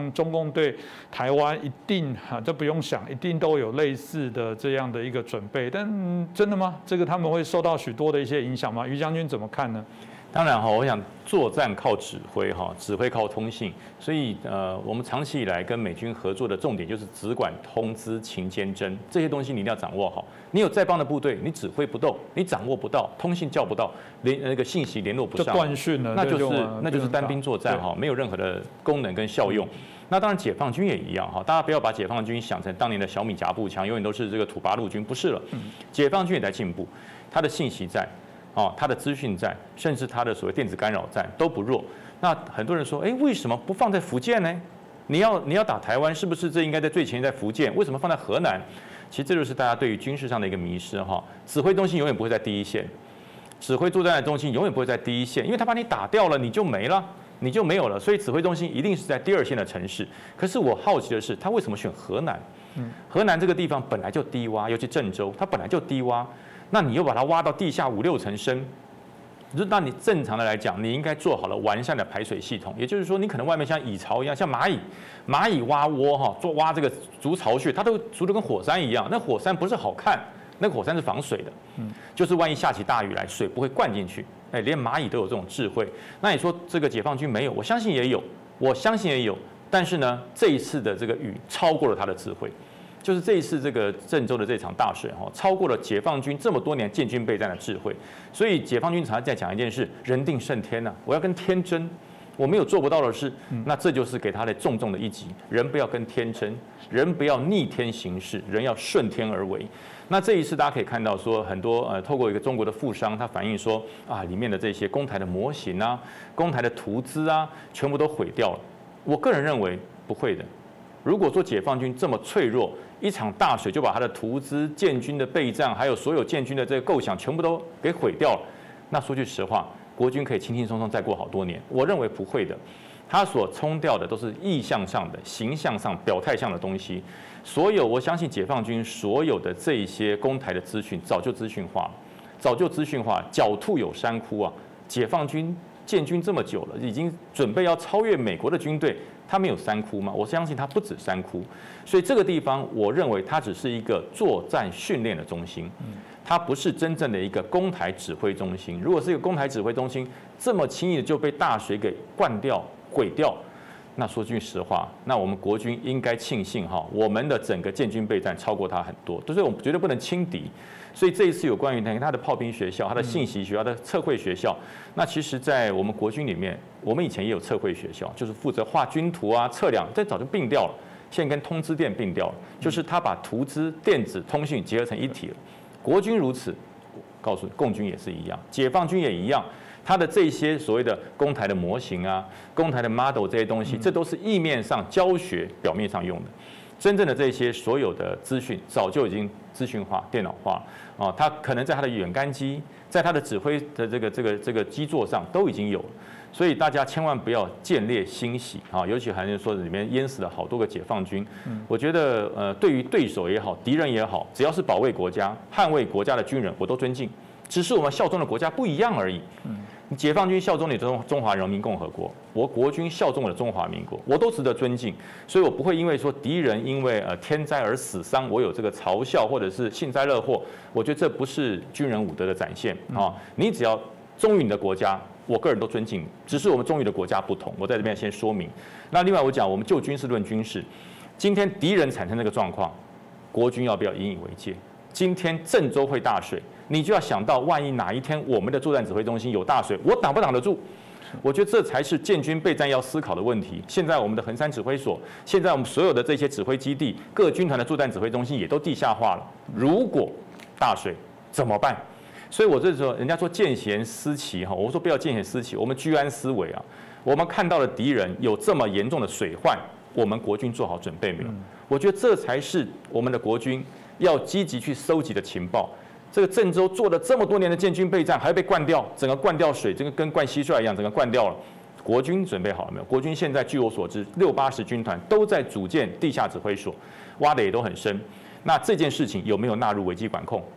共对台湾一定这不用想，一定都有类似的这样的一个准备。但真的吗？这个他们会受到许多的一些影响吗？于将军怎么看呢？ 当然哈，我想作战靠指挥哈，指挥靠通信，所以我们长期以来跟美军合作的重点就是只管通知、勤监侦这些东西，你一定要掌握好。你有再棒的部队，你指挥不动，你掌握不到，通信叫不到，那个信息联络不上， 就断讯了， 那就是单兵作战哈，没有任何的功能跟效用。那当然，解放军也一样哈，大家不要把解放军想成当年的小米夹步枪，永远都是这个土八路军，不是了。解放军也在进步，他的信息在。他的资讯战，甚至他的所谓电子干扰战都不弱。那很多人说，为什么不放在福建呢？你要打台湾，是不是这应该在最前线，在福建？为什么放在河南？其实这就是大家对于军事上的一个迷失哈。指挥中心永远不会在第一线，指挥作战的中心永远不会在第一线，因为他把你打掉了，你就没了，你就没有了。所以指挥中心一定是在第二线的城市。可是我好奇的是，他为什么选河南？河南这个地方本来就低洼，尤其郑州，它本来就低洼。那你又把它挖到地下5、6层深，那你正常的来讲，你应该做好了完善的排水系统。也就是说，你可能外面像蚁巢一样，像蚂蚁挖窝哈，挖这个筑巢穴，它都筑得跟火山一样。那火山不是好看，那个火山是防水的，就是万一下起大雨来，水不会灌进去。连蚂蚁都有这种智慧。那你说这个解放军没有？我相信也有，但是呢，这一次的这个雨超过了他的智慧。就是这一次这个郑州的这场大水哈，超过了解放军这么多年建军备战的智慧，所以解放军常常在讲一件事：人定胜天呐，我要跟天争，我没有做不到的事，那这就是给他的重重的一击。人不要跟天争，人不要逆天行事，人要顺天而为。那这一次大家可以看到说，很多透过一个中国的富商，他反映说里面的这些攻台的模型啊、攻台的图资啊，全部都毁掉了。我个人认为不会的。如果说解放军这么脆弱，一场大水就把他的图资、建军的备战，还有所有建军的这个构想，全部都给毁掉了，那说句实话，国军可以轻轻松松再过好多年。我认为不会的，他所冲掉的都是意向上的、形象上、表态上的东西。所有我相信解放军所有的这一些攻台的资讯，早就资讯化，狡兔有三窟啊！解放军建军这么久了，已经准备要超越美国的军队。它没有3窟吗？我相信它不止3窟，所以这个地方我认为它只是一个作战训练的中心，它不是真正的一个攻台指挥中心。如果是一个攻台指挥中心，这么轻易的就被大水给灌掉、毁掉，那说句实话，那我们国军应该庆幸哈，我们的整个建军备战超过它很多，所以我们绝对不能轻敌。所以这一次有关于它的炮兵学校、它的信息学校、它的测绘学校，那其实，在我们国军里面，我们以前也有测绘学校，就是负责画军图啊、测量，这早就并掉了，现在跟通资电并掉了，就是它把图资、电子、通讯结合成一体了。国军如此，告诉你，共军也是一样，解放军也一样。它的这些所谓的攻台的模型啊、攻台的 model 这些东西，这都是意面上教学、表面上用的。真正的这些所有的资讯，早就已经资讯化、电脑化啊，它可能在它的远干机，在它的指挥的这个基座上都已经有了。所以大家千万不要见猎心喜啊！尤其还是说里面淹死了好多个解放军。我觉得对于对手也好，敌人也好，只要是保卫国家、捍卫国家的军人，我都尊敬。只是我们效忠的国家不一样而已。解放军效忠你中华人民共和国，我国军效忠我的中华民国，我都值得尊敬。所以我不会因为说敌人因为天灾而死伤，我有这个嘲笑或者是幸灾乐祸。我觉得这不是军人武德的展现啊！你只要忠于你的国家，我个人都尊敬你。只是我们忠于的国家不同，我在这边先说明。那另外我讲，我们就军事论军事，今天敌人产生这个状况，国军要不要引以为戒？今天郑州会大水，你就要想到，万一哪一天我们的作战指挥中心有大水，我挡不挡得住？我觉得这才是建军备战要思考的问题。现在我们的衡山指挥所，现在我们所有的这些指挥基地、各军团的作战指挥中心也都地下化了。如果大水怎么办？所以我这时候人家说见贤思齐哈，我说不要见贤思齐，我们居安思危啊。我们看到了敌人有这么严重的水患，我们国军做好准备没有？我觉得这才是我们的国军要积极去收集的情报。这个郑州做了这么多年的建军备战，还要被灌掉，整个灌掉水，这个跟灌蟋蟀一样，整个灌掉了。国军准备好了没有？国军现在据我所知，60、80军团都在组建地下指挥所，挖的也都很深。那这件事情有没有纳入危机管控？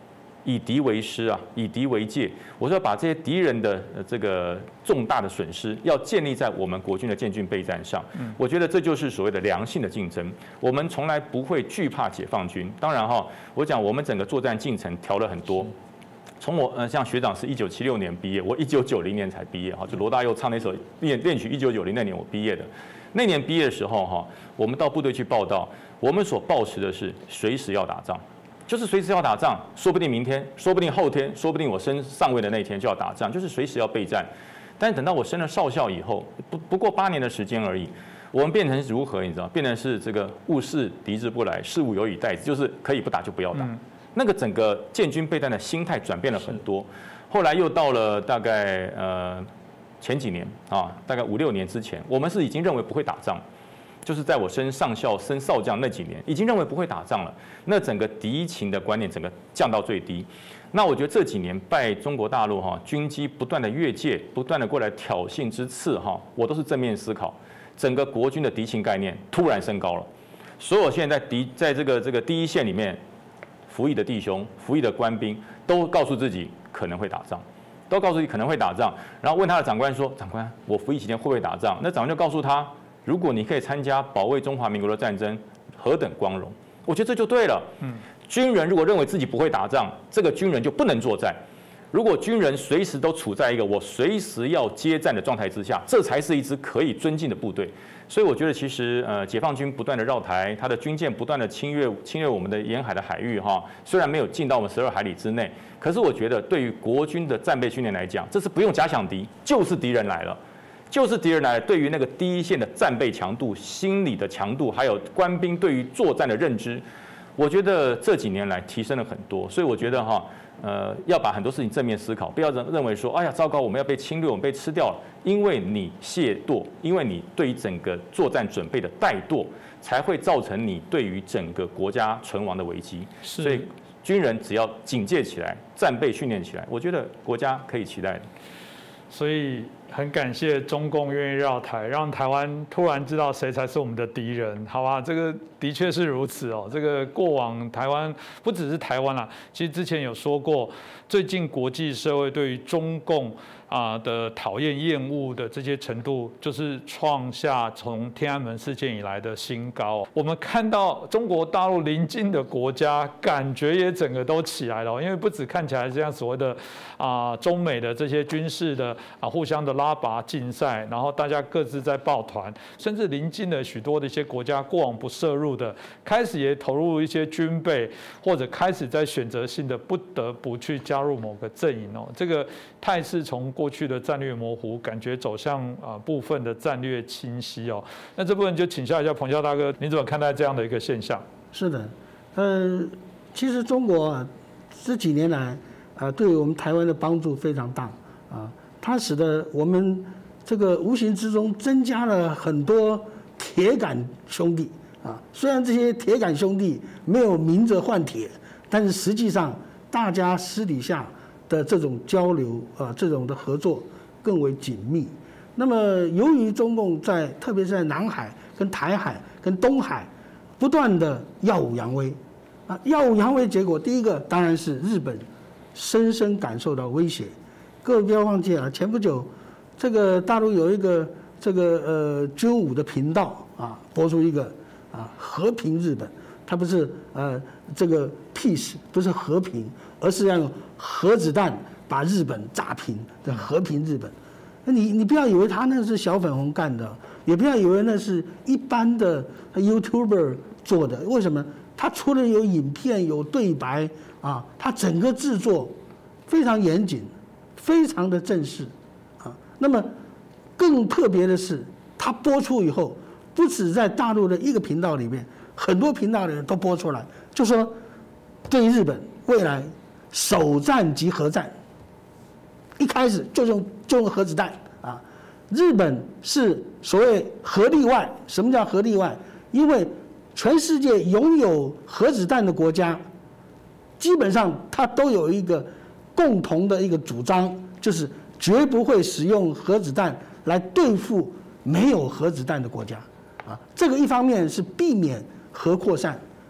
以敌为师啊，以敌为戒。我说要把这些敌人的这个重大的损失，要建立在我们国军的建军备战上。我觉得这就是所谓的良性的竞争。我们从来不会惧怕解放军。当然哈，我讲我们整个作战进程调了很多。从我像学长是1976年毕业，我1990年才毕业哈，就罗大佑唱那首恋曲1990那年我毕业的。那年毕业的时候哈，我们到部队去报道，我们所抱持的是随时要打仗，就是随时要打仗，说不定明天，说不定后天，说不定我升上尉的那天就要打仗，就是随时要备战。但是等到我升了少校以后，不过8年的时间而已，我们变成如何？你知道，变成是这个物事敌之不来，事物有以待之，就是可以不打就不要打。那个整个建军备战的心态转变了很多。后来又到了大概前几年啊，大概5、6年之前，我们是已经认为不会打仗，就是在我升上校、升少将那几年，已经认为不会打仗了。那整个敌情的观念整个降到最低。那我觉得这几年拜中国大陆军机不断的越界，不断的过来挑衅之赐我都是正面思考，整个国军的敌情概念突然升高了。所有现在在这个第一线里面服役的弟兄、服役的官兵，都告诉自己可能会打仗，都告诉自己可能会打仗，然后问他的长官说：“长官，我服役期间会不会打仗？”那长官就告诉他：“如果你可以参加保卫中华民国的战争，何等光荣！”我觉得这就对了。军人如果认为自己不会打仗，这个军人就不能作战。如果军人随时都处在一个我随时要接战的状态之下，这才是一支可以尊敬的部队。所以我觉得，其实解放军不断的绕台，他的军舰不断的侵略我们的沿海的海域虽然没有进到我们12海里之内，可是我觉得对于国军的战备训练来讲，这是不用假想敌，就是敌人来了。就是敌人来了，对于那个第一线的战备强度、心理的强度，还有官兵对于作战的认知，我觉得这几年来提升了很多。所以我觉得要把很多事情正面思考，不要认为说，哎呀，糟糕，我们要被侵略，我们被吃掉了。因为你懈惰，因为你对于整个作战准备的怠惰，才会造成你对于整个国家存亡的危机。所以军人只要警戒起来，战备训练起来，我觉得国家可以期待的。 所以很感谢中共愿意绕台，让台湾突然知道谁才是我们的敌人，好吧？这个的确是如此哦。这个过往台湾不只是台湾啦，其实之前有说过，最近国际社会对于中共的讨厌、厌恶的这些程度，就是创下从天安门事件以来的新高。我们看到中国大陆邻近的国家，感觉也整个都起来了，因为不止看起来这样所谓的中美的这些军事的互相的拉拔竞赛，然后大家各自在抱团，甚至邻近的许多的一些国家过往不涉入的，开始也投入一些军备，或者开始在选择性的不得不去加入某个阵营哦。这个态势从过去的战略模糊，感觉走向部分的战略清晰哦。那这部分就请教一下彭教大哥，你怎么看待这样的一个现象？ 是的，其实中国这几年来对我们台湾的帮助非常大它使得我们这个无形之中增加了很多铁杆兄弟虽然这些铁杆兄弟没有明着换铁，但是实际上大家私底下的这种交流这种的合作更为紧密。那么由于中共特别是在南海、跟台海、跟东海不断的耀武扬威耀武扬威，结果第一个当然是日本深深感受到威胁。各位不要忘记前不久这个大陆有一个这个军武的频道播出一个和平日本，它不是这个 peace 不是和平，而是要用核子弹把日本炸平的和平日本。你不要以为他那是小粉红干的，也不要以为那是一般的 YouTuber 做的。为什么？他除了有影片、有对白他整个制作非常严谨，非常的正式那么更特别的是，他播出以后，不止在大陆的一个频道里面，很多频道的人都播出来，就说对日本未来首战即核战，一开始就用核子弹日本是所谓核例外。什么叫核例外？因为全世界拥有核子弹的国家，基本上它都有一个共同的一个主张，就是绝不会使用核子弹来对付没有核子弹的国家这个一方面是避免核扩散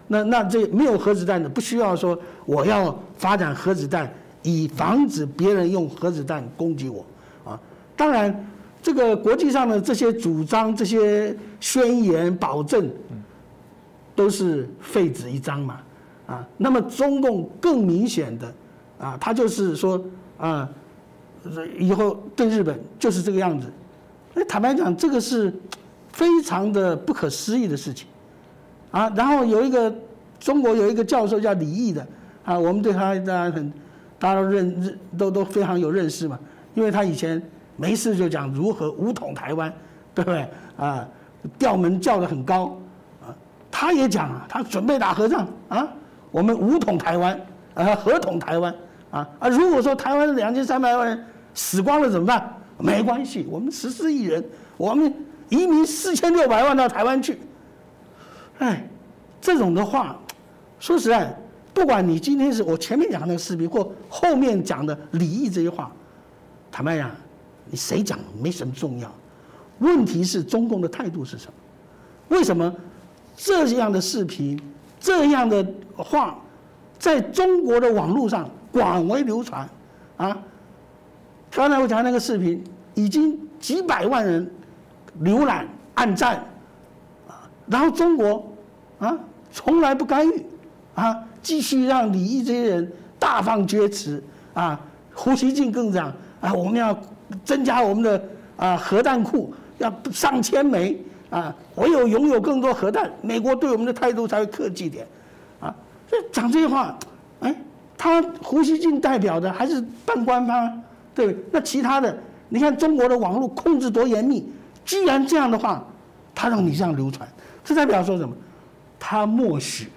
那这没有核子弹的，不需要说我要发展核子弹，以防止别人用核子弹攻击我啊。当然，这个国际上的这些主张、这些宣言、保证，都是废纸一张嘛啊。那么中共更明显的啊，他就是说啊，以后对日本就是这个样子。坦白讲，这个是非常的不可思议的事情。啊，然后中国有一个教授叫李毅的，啊，我们对他大家都非常有认识嘛，因为他以前没事就讲如何武统台湾，对不对？啊，调门叫得很高，啊，他也讲啊，他准备打核战啊，我们武统台湾，合统台湾，如果说台湾2300万人死光了怎么办？没关系，我们14亿人，我们移民4600万到台湾去。哎，这种的话，说实在，不管你今天是我前面讲的那个视频，或后面讲的李毅这些话，坦白讲，你谁讲没什么重要。问题是中共的态度是什么？为什么这样的视频、这样的话，在中国的网络上广为流传？啊，刚才我讲那个视频，已经几百万人浏览、按赞。然后中国啊从来不干预啊，继续让李毅这些人大放厥词啊。胡锡进更讲啊，我们要增加我们的核弹库，要上千枚啊，唯有拥有更多核弹，美国对我们的态度才会客气点啊。讲这些话，哎，他胡锡进代表的还是半官方，对不对？那其他的，你看中国的网络控制多严密，居然这样的话，他让你这样流传。这代表说什么？他默许，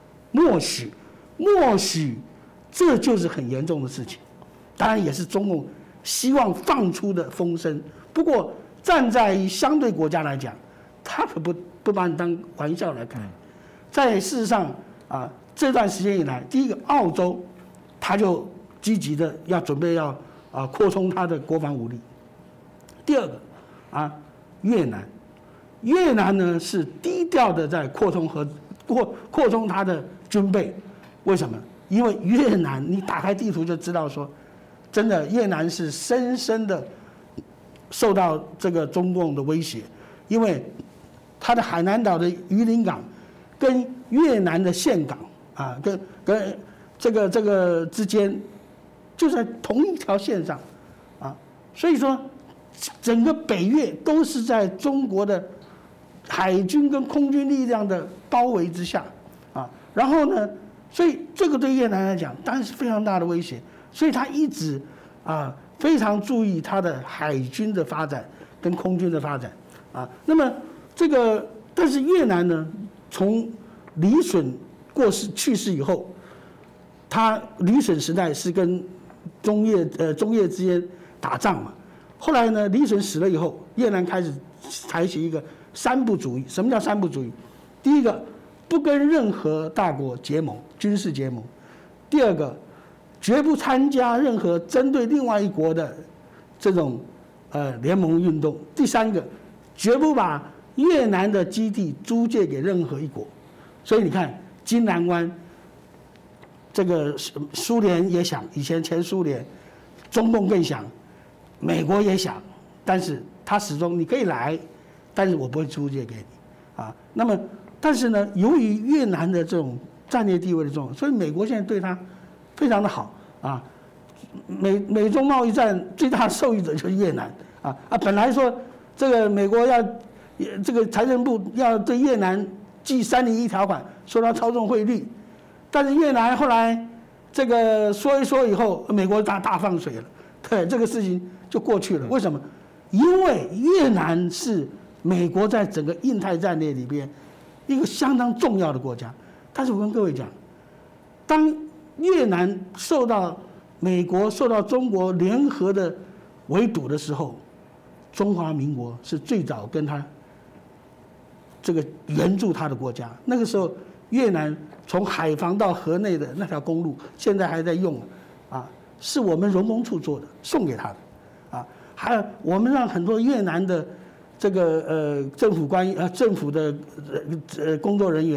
这就是很严重的事情。当然也是中共希望放出的风声。不过站在于相对国家来讲，他可不把你当玩笑来看。在事实上啊，这段时间以来，第一个澳洲，他就积极的准备要扩充他的国防武力。第二个啊，越南呢是低调的在扩充它的军备，为什么？因为越南你打开地图就知道说，真的越南是深深的受到这个中共的威胁，因为它的海南岛的榆林港跟越南的岘港啊，跟这个之间就在同一条线上啊，所以说整个北越都是在中国的海军跟空军力量的包围之下，啊，然后呢，所以这个对越南来讲当然是非常大的威胁，所以他一直非常注意他的海军的发展跟空军的发展，啊，那么但是越南呢，从李隼去世以后，李隼时代是跟中越之间打仗嘛，后来呢，李隼死了以后，越南开始采取一个三不主义。什么叫三不主义？第一个，不跟任何大国结盟，军事结盟；第二个，绝不参加任何针对另外一国的这种联盟运动；第三个，绝不把越南的基地租借给任何一国。所以你看，金兰湾，这个苏联也想，以前前苏联，中共更想，美国也想，但是他始终你可以来。但是我不会租借给你，啊，那么但是呢，由于越南的这种战略地位的重要，所以美国现在对他非常的好啊。美中贸易战最大的受益者就是越南本来说这个美国这个财政部要对越南记301条款，说他操纵汇率，但是越南后来这个说一说以后，美国大放水了，对这个事情就过去了。为什么？因为越南是美国在整个印太战略里边一个相当重要的国家，但是我跟各位讲，当越南受到美国、受到中国联合的围堵的时候，中华民国是最早跟他这个援助他的国家。那个时候，越南从海防到河内的那条公路，现在还在用是我们荣工处做的，送给他的还有我们让很多越南的这个政府的工作人员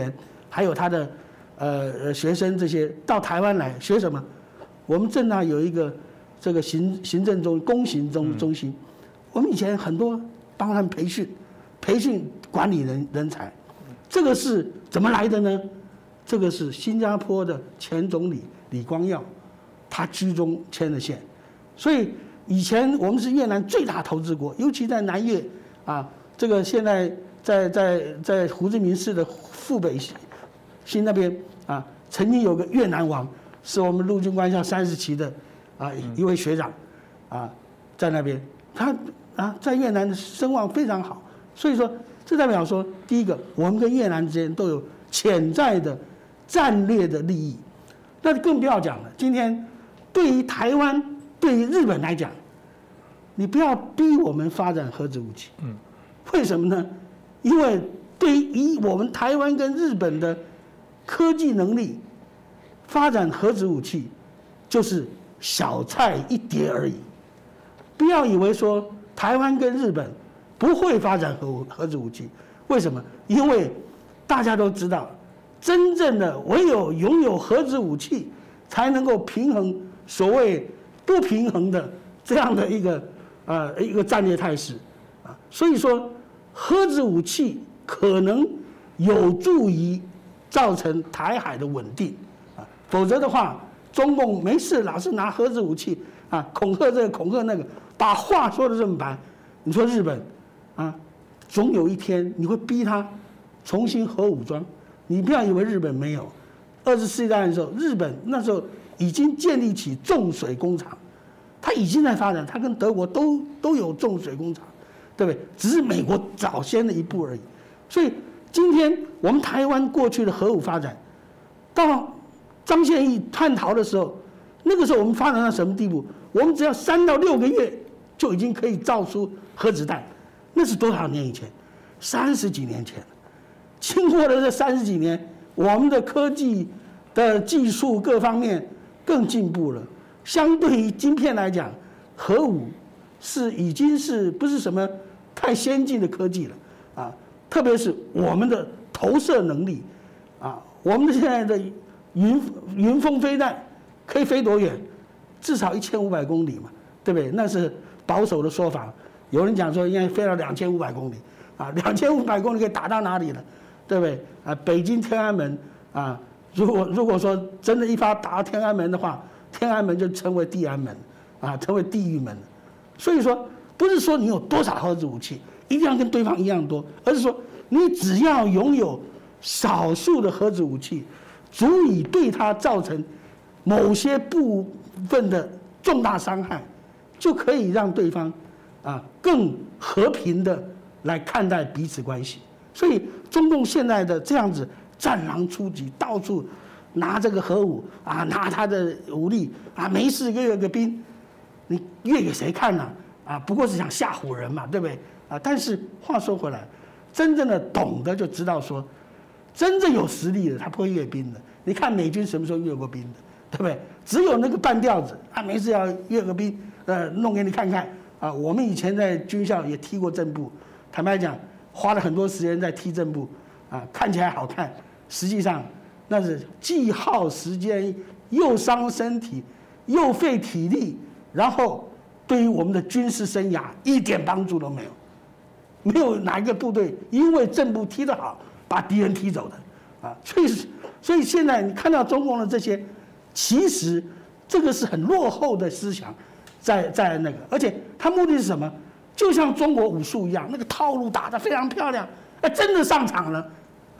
还有他的学生这些到台湾来学什么？我们政大有一个这个行政公行中心，我们以前很多帮他们培训管理人才，这个是怎么来的呢？这个是新加坡的前总理李光耀，他居中牵的线，所以以前我们是越南最大投资国，尤其在南越啊，这个现在在胡志明市的富北新那边啊，曾经有个越南王，是我们陆军官校30期的一位学长啊，在那边他在越南的声望非常好，所以说这代表说，第一个我们跟越南之间都有潜在的战略的利益，那更不要讲了。今天对于台湾、对于日本来讲，你不要逼我们发展核子武器。为什么呢？因为对于我们台湾跟日本的科技能力，发展核子武器就是小菜一碟而已。不要以为说台湾跟日本不会发展核子武器，为什么？因为大家都知道。真正的唯有拥有核子武器，才能够平衡所谓不平衡的这样的一个战略态势啊。所以说，核子武器可能有助于造成台海的稳定啊。否则的话，中共没事老是拿核子武器啊恐吓这个恐吓那个，把话说得这么白。你说日本啊，总有一天你会逼他重新核武装。你不要以为日本没有，20世纪大战的时候，日本那时候已经建立起重水工厂，它已经在发展，它跟德国都有重水工厂，对不对？只是美国早先的一步而已。所以今天我们台湾过去的核武发展，到张献义叛逃的时候，那个时候我们发展到什么地步？我们只要3到6个月就已经可以造出核子弹，那是多少年以前？30几年前。经过了这30几年，我们的科技的技术各方面更进步了。相对于晶片来讲，核武已经是不是什么太先进的科技了啊？特别是我们的投射能力啊，我们现在的云峰飞弹可以飞多远？至少1500公里嘛，对不对？那是保守的说法。有人讲说应该飞到2500公里啊，2500公里可以打到哪里了？对不对啊？北京天安门啊，如果说真的一发打到天安门的话，天安门就成为地安门啊，成为地狱门。所以说，不是说你有多少核子武器一定要跟对方一样多，而是说你只要拥有少数的核子武器，足以对它造成某些部分的重大伤害，就可以让对方更和平的来看待彼此关系。所以中共现在的这样子战狼出击，到处拿这个核武啊，拿他的武力啊，没事阅个兵，你阅给谁看呢？不过是想吓唬人嘛，对不对但是话说回来，真正的懂得就知道说，真正有实力的他不会阅兵的。你看美军什么时候阅过兵的，对不对？只有那个半吊子没事要阅个兵，弄给你看看我们以前在军校也踢过正步，坦白讲。花了很多时间在踢正步，看起来好看，实际上那是既耗时间，又伤身体，又费体力，然后对于我们的军事生涯一点帮助都没有。没有哪一个部队因为正步踢得好，把敌人踢走的所以现在你看到中共的这些，其实这个是很落后的思想，在那个，而且他目的是什么？就像中国武术一样，那个套路打得非常漂亮，真的上场了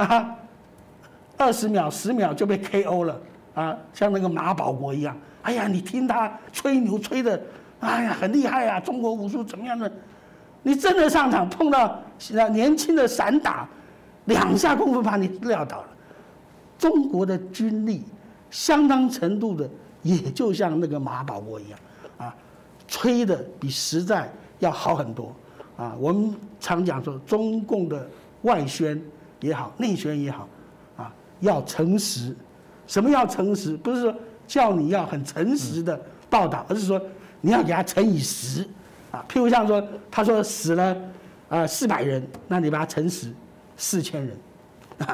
，20秒、10秒就被 KO 了像那个马保国一样。哎呀，你听他吹牛吹的，哎呀很厉害啊，中国武术怎么样的？你真的上场碰到年轻的散打，2下功夫把你撂倒了。中国的军力相当程度的，也就像那个马保国一样吹的比实在要好很多我们常讲说，中共的外宣也好，内宣也好要诚实。什么要诚实？不是说叫你要很诚实的报道，而是说你要给他乘以10譬如像说，他说死了400人，那你把它乘10，4000人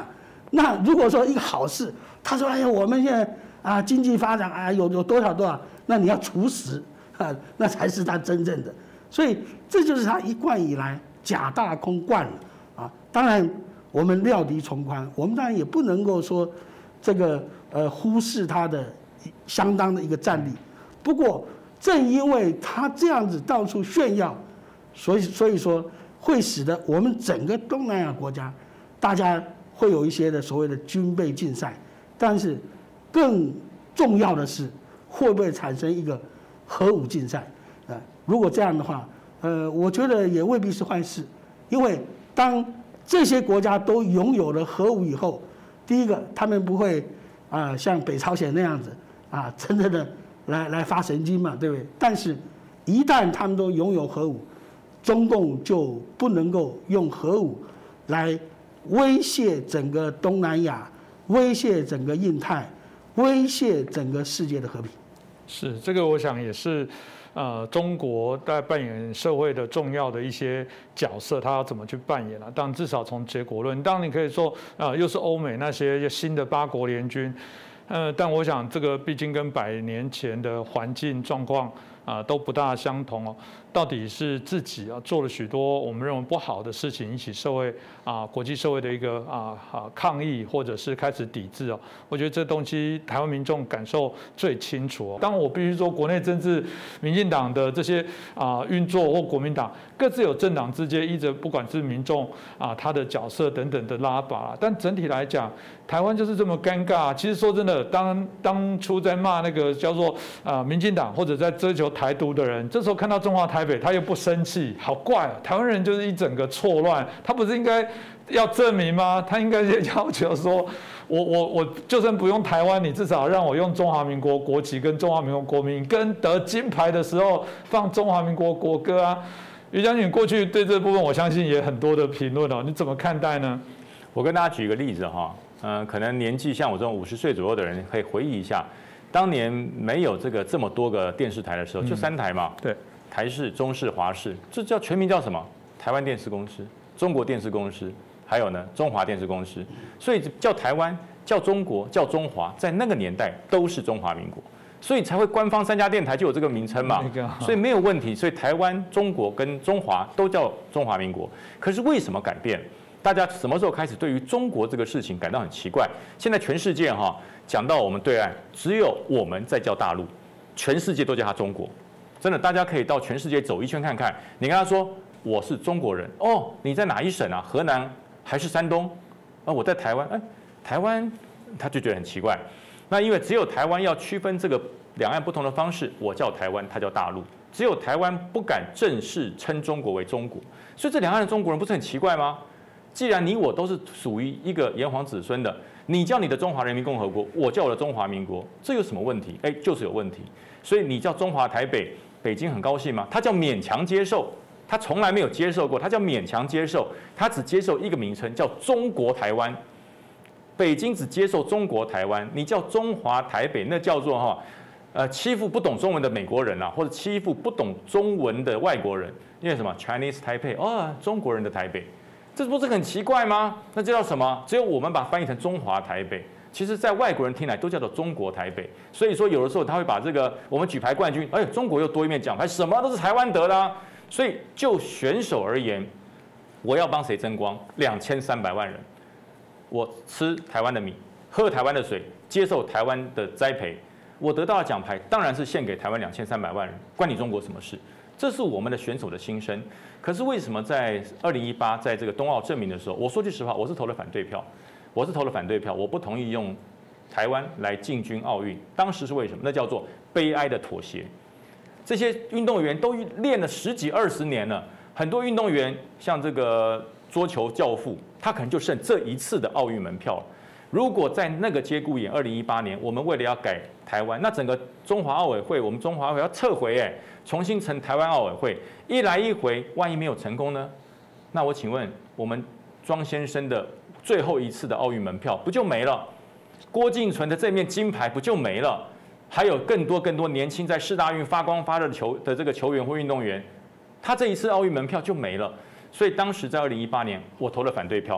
那如果说一个好事，他说：“哎呀，我们现在啊经济发展啊有多少，那你要除实啊，那才是他真正的。”所以这就是他一贯以来假大空惯了啊。当然，我们料敌从宽，我们当然也不能够说这个忽视他的相当的一个战力。不过，正因为他这样子到处炫耀，所以说会使得我们整个东南亚国家，大家会有一些的所谓的军备竞赛。但是更重要的是，会不会产生一个核武竞赛？如果这样的话，我觉得也未必是坏事，因为当这些国家都拥有了核武以后，第一个他们不会像北朝鲜那样子真正的来发神经嘛，对不对？但是，一旦他们都拥有核武，中共就不能够用核武来威胁整个东南亚，威胁整个印太，威胁整个世界的和平。是这个，我想也是。中国在扮演社会的重要的一些角色，它要怎么去扮演当然，至少从结果论，当然你可以说，又是欧美那些新的8国联军，但我想这个毕竟跟100年前的环境状况都不大相同哦。到底是自己做了许多我们认为不好的事情，引起社会国际社会的一个抗议，或者是开始抵制哦。我觉得这东西台湾民众感受最清楚哦。当然我必须说，国内政治民进党的这些运作或国民党各自有政党之间依着不管是民众他的角色等等的拉拔，但整体来讲，台湾就是这么尴尬。其实说真的，当初在骂那个叫做民进党或者在追求台独的人，这时候看到中华台北，他又不生气，好怪啊！台湾人就是一整个错乱，他不是应该要证明吗？他应该要求说，我就算不用台湾，你至少让我用中华民国国旗跟中华民国国民，跟得金牌的时候放中华民国国歌啊。于将军过去对这部分，我相信也很多的评论哦，你怎么看待呢？ 我跟大家举一个例子哈，可能年纪像我这种50岁左右的人可以回忆一下，当年没有这么多个电视台的时候，就3台嘛， 对。 台视、中视、华视，这叫全名叫什么？台湾电视公司、中国电视公司，还有呢中华电视公司。所以叫台湾、叫中国、叫中华，在那个年代都是中华民国，所以才会官方3家电台就有这个名称嘛，所以没有问题。所以台湾、中国跟中华都叫中华民国。可是为什么改变？大家什么时候开始对于中国这个事情感到很奇怪？现在全世界讲到我们对岸，只有我们在叫大陆，全世界都叫它中国。真的，大家可以到全世界走一圈看看。你跟他说我是中国人哦，你在哪一省啊？河南还是山东？我在台湾。台湾他就觉得很奇怪。那因为只有台湾要区分这个两岸不同的方式，我叫台湾，他叫大陆。只有台湾不敢正式称中国为中国，所以这两岸的中国人不是很奇怪吗？既然你我都是属于一个炎黄子孙的，你叫你的中华人民共和国，我叫我的中华民国，这有什么问题？就是有问题。所以你叫中华台北。北京很高兴吗？他叫勉强接受，他从来没有接受过，他叫勉强接受，他只接受一个名称叫中国台湾。北京只接受中国台湾，你叫中华台北，那叫做欺负不懂中文的美国人或者欺负不懂中文的外国人，因为什么 Chinese Taipei 中国人的台北，这不是很奇怪吗？那这叫什么？只有我们把它翻译成中华台北。其实，在外国人听来都叫做中国台北，所以说有的时候他会把这个我们举牌冠军，中国又多一面奖牌，什么都是台湾得的所以就选手而言，我要帮谁争光？2300万人，我吃台湾的米，喝台湾的水，接受台湾的栽培，我得到的奖牌当然是献给台湾2300万人，关你中国什么事？这是我们的选手的心声。可是为什么在2018在这个冬奥证明的时候，我说句实话，我是投了反对票。我不同意用台湾来进军奥运。当时是为什么？那叫做悲哀的妥协。这些运动员都练了10几20年了，很多运动员像这个桌球教父，他可能就剩这一次的奥运门票了。如果在那个节骨眼，2018年，我们为了要改台湾，那整个中华奥委会，我们中华奥委会要撤回，重新成台湾奥委会，一来一回，万一没有成功呢？那我请问，我们庄先生的最后一次的奥运门票不就没了？郭婞淳的这面金牌不就没了？还有更多年轻在世大运发光发热的这个球员或运动员，他这一次奥运门票就没了。所以当时在2018年，我投了反对票。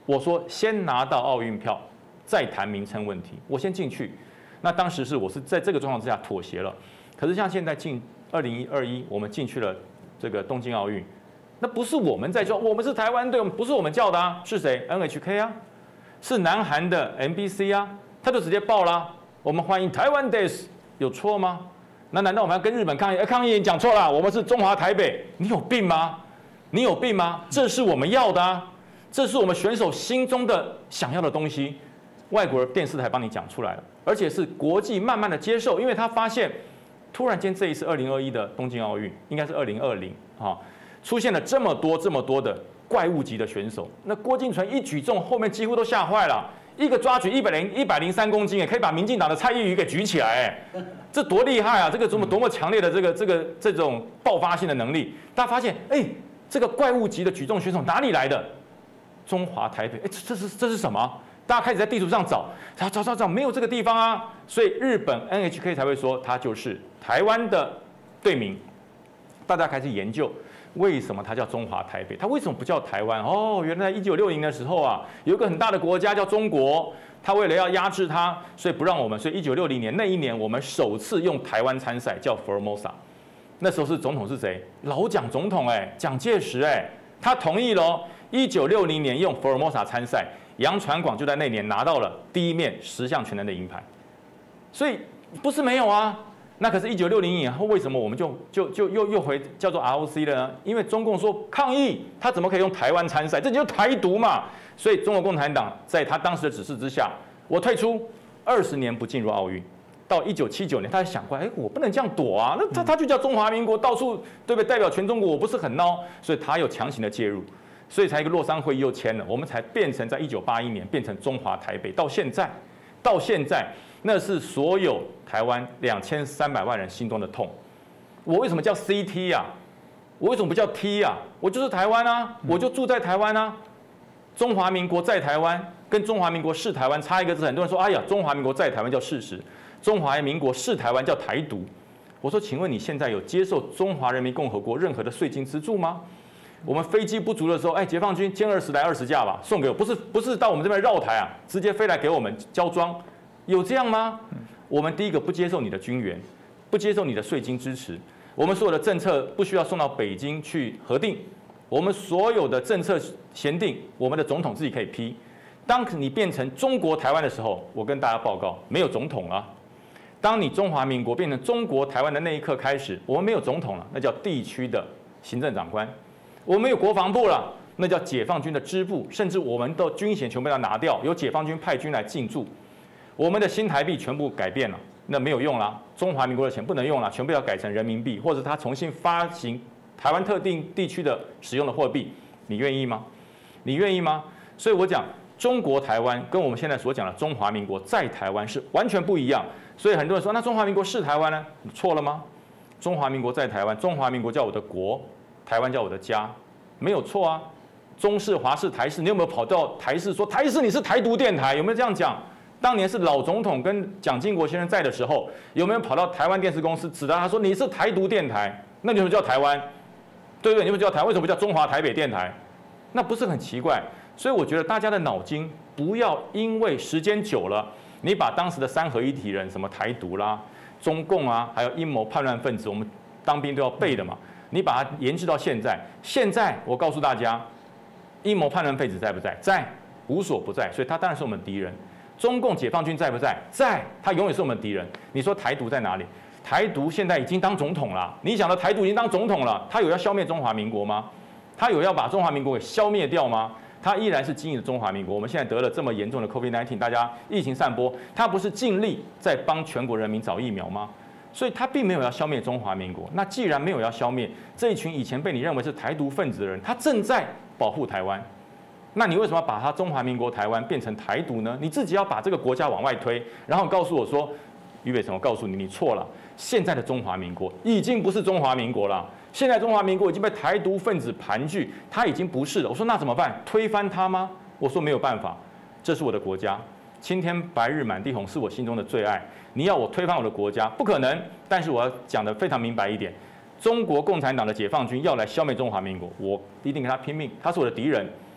我说先拿到奥运票，再谈名称问题，我先进去。那当时我是在这个状况之下妥协了。可是像现在进2021，我们进去了这个东京奥运，那不是我们在叫，我们是台湾队，不是我们叫的啊，是谁 ？NHK 啊，是南韩的 MBC 啊，他就直接报啦，我们欢迎台湾 Days， 有错吗？那难道我们要跟日本抗议？抗议你讲错了，我们是中华台北，你有病吗？你有病吗？这是我们要的啊，这是我们选手心中的想要的东西。外国电视台帮你讲出来了，而且是国际慢慢的接受，因为他发现，突然间这一次2021的东京奥运，应该是2020啊，出现了这么多的怪物级的选手。那郭婧淳一举重，后面几乎都吓坏了，一个抓举103公斤，可以把民进党的蔡依瑜给举起来，这多厉害啊！这个多么强烈的这种爆发性的能力，大家发现，这个怪物级的举重选手哪里来的？中华台北，这是什么？大家开始在地图上找，没有这个地方啊，所以日本 NHK 才会说它就是台湾的队名。大家开始研究为什么它叫中华台北，它为什么不叫台湾？哦，原来在1960的时候啊，有一个很大的国家叫中国，它为了要压制它，所以不让我们，所以1960年那一年我们首次用台湾参赛，叫 Formosa。那时候是总统是谁？老蒋总统蒋介石他同意喽。1960年用 Formosa 参赛。杨传广就在那年拿到了第一面10项全能的银牌，所以不是没有啊。那可是1960年以后，为什么我们又回叫做 ROC 了呢？因为中共说抗议，他怎么可以用台湾参赛？这就是台独嘛。所以中国共产党在他当时的指示之下，我退出，20年不进入奥运。到1979年，他才想过来，我不能这样躲啊。那他就叫中华民国，到处对不对？代表全中国，我不是很孬，所以他有强行的介入。所以才一个洛桑会议又签了，我们才变成在1981年变成中华台北，到现在那是所有台湾2300万人心中的痛。我为什么叫 CT 啊？我为什么不叫 T 啊？我就是台湾啊，我就住在台湾啊。中华民国在台湾跟中华民国是台湾差一个字，很多人说，哎呀，中华民国在台湾叫事实，中华民国是台湾叫台独。我说，请问你现在有接受中华人民共和国任何的税金资助吗？我们飞机不足的时候，解放军歼20来20架吧，送给我，不是到我们这边绕台啊，直接飞来给我们交装，有这样吗？我们第一个不接受你的军援，不接受你的税金支持，我们所有的政策不需要送到北京去核定，我们所有的政策协定，我们的总统自己可以批。当你变成中国台湾的时候，我跟大家报告，没有总统了。当你中华民国变成中国台湾的那一刻开始，我们没有总统了，那叫地区的行政长官。我们有国防部了，那叫解放军的支部，甚至我们的军衔全部要拿掉，由解放军派军来进驻。我们的新台币全部改变了，那没有用啦，中华民国的钱不能用了，全部要改成人民币，或者他重新发行台湾特定地区的使用的货币，你愿意吗？你愿意吗？所以我讲中国台湾跟我们现在所讲的中华民国在台湾是完全不一样。所以很多人说，那中华民国是台湾呢？你错了吗？中华民国在台湾，中华民国叫我的国。台湾叫我的家，没有错啊。中视、华视、台视，你有没有跑到台视说台视你是台独电台？有没有这样讲？当年是老总统跟蒋经国先生在的时候，有没有跑到台湾电视公司指责他说你是台独电台？那你为什么叫台湾？对不对？你们叫台湾，为什么不叫中华台北电台？那不是很奇怪？所以我觉得大家的脑筋不要因为时间久了，你把当时的3合1体人，什么台独啦、中共啊，还有阴谋叛乱分子，我们当兵都要背的嘛。你把它延至到现在，现在我告诉大家，阴谋叛乱分子在不在？在，无所不在，所以他当然是我们敌人。中共解放军在不在？在，他永远是我们敌人。你说台独在哪里？台独现在已经当总统了，你想的台独已经当总统了，他有要消灭中华民国吗？他有要把中华民国给消灭掉吗？他依然是经营中华民国。我们现在得了这么严重的 COVID-19， 大家疫情散播，他不是尽力在帮全国人民找疫苗吗？所以他并没有要消灭中华民国。那既然没有要消灭这一群以前被你认为是台独分子的人，他正在保护台湾。那你为什么要把他中华民国台湾变成台独呢？你自己要把这个国家往外推，然后告诉我说，俞北辰，我告诉你，你错了。现在的中华民国已经不是中华民国了，现在中华民国已经被台独分子盘踞，它已经不是了。我说那怎么办？推翻它吗？我说没有办法，这是我的国家。青天白日满地红是我心中的最爱。你要我推翻我的国家，不可能。但是我要讲得非常明白一点，中国共产党的解放军要来消灭中华民国，我一定跟他拼命，他是我的敌人。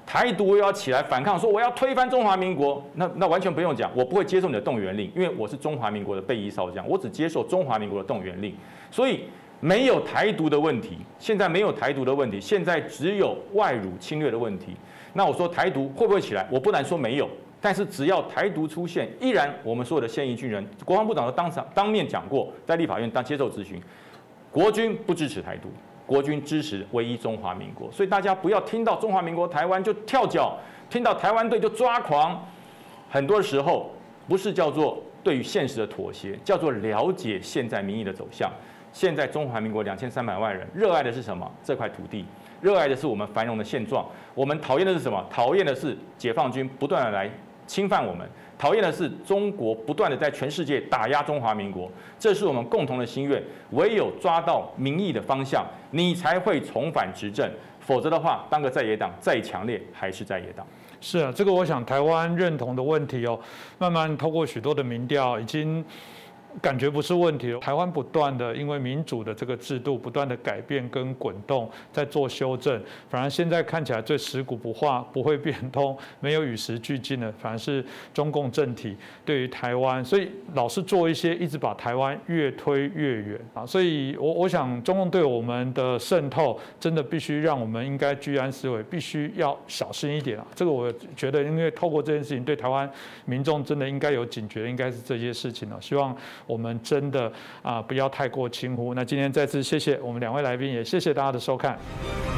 台独我要起来反抗，说我要推翻中华民国，那完全不用讲，我不会接受你的动员令，因为我是中华民国的备役少将，我只接受中华民国的动员令，所以没有台独的问题，现在没有台独的问题，现在只有外辱侵略的问题。那我说台独会不会起来？我不能说没有，但是只要台独出现，依然我们所有的现役军人，国防部长都当面讲过，在立法院接受质询，国军不支持台独。国军支持唯一中华民国，所以大家不要听到中华民国台湾就跳脚，听到台湾队就抓狂。很多时候不是叫做对于现实的妥协，叫做了解现在民意的走向。现在中华民国2300万人热爱的是什么？这块土地，热爱的是我们繁荣的现状。我们讨厌的是什么？讨厌的是解放军不断的来侵犯我们。讨厌的是中国不断的在全世界打压中华民国，这是我们共同的心愿。唯有抓到民意的方向，你才会重返执政，否则的话，当个在野党再强烈还是在野党。 是啊，这个我想台湾认同的问题哦，慢慢透过许多的民调已经感觉不是问题了。台湾不断的因为民主的这个制度不断的改变跟滚动，在做修正，反而现在看起来最食古不化、不会变通、没有与时俱进的，反而是中共政体对于台湾，所以老是做一些一直把台湾越推越远啊。所以我想中共对我们的渗透，真的必须让我们应该居安思危，必须要小心一点啊。这个我觉得，因为透过这件事情，对台湾民众真的应该有警觉，应该是这些事情了。希望我们真的不要太过轻忽。那今天再次谢谢我们2位来宾，也谢谢大家的收看。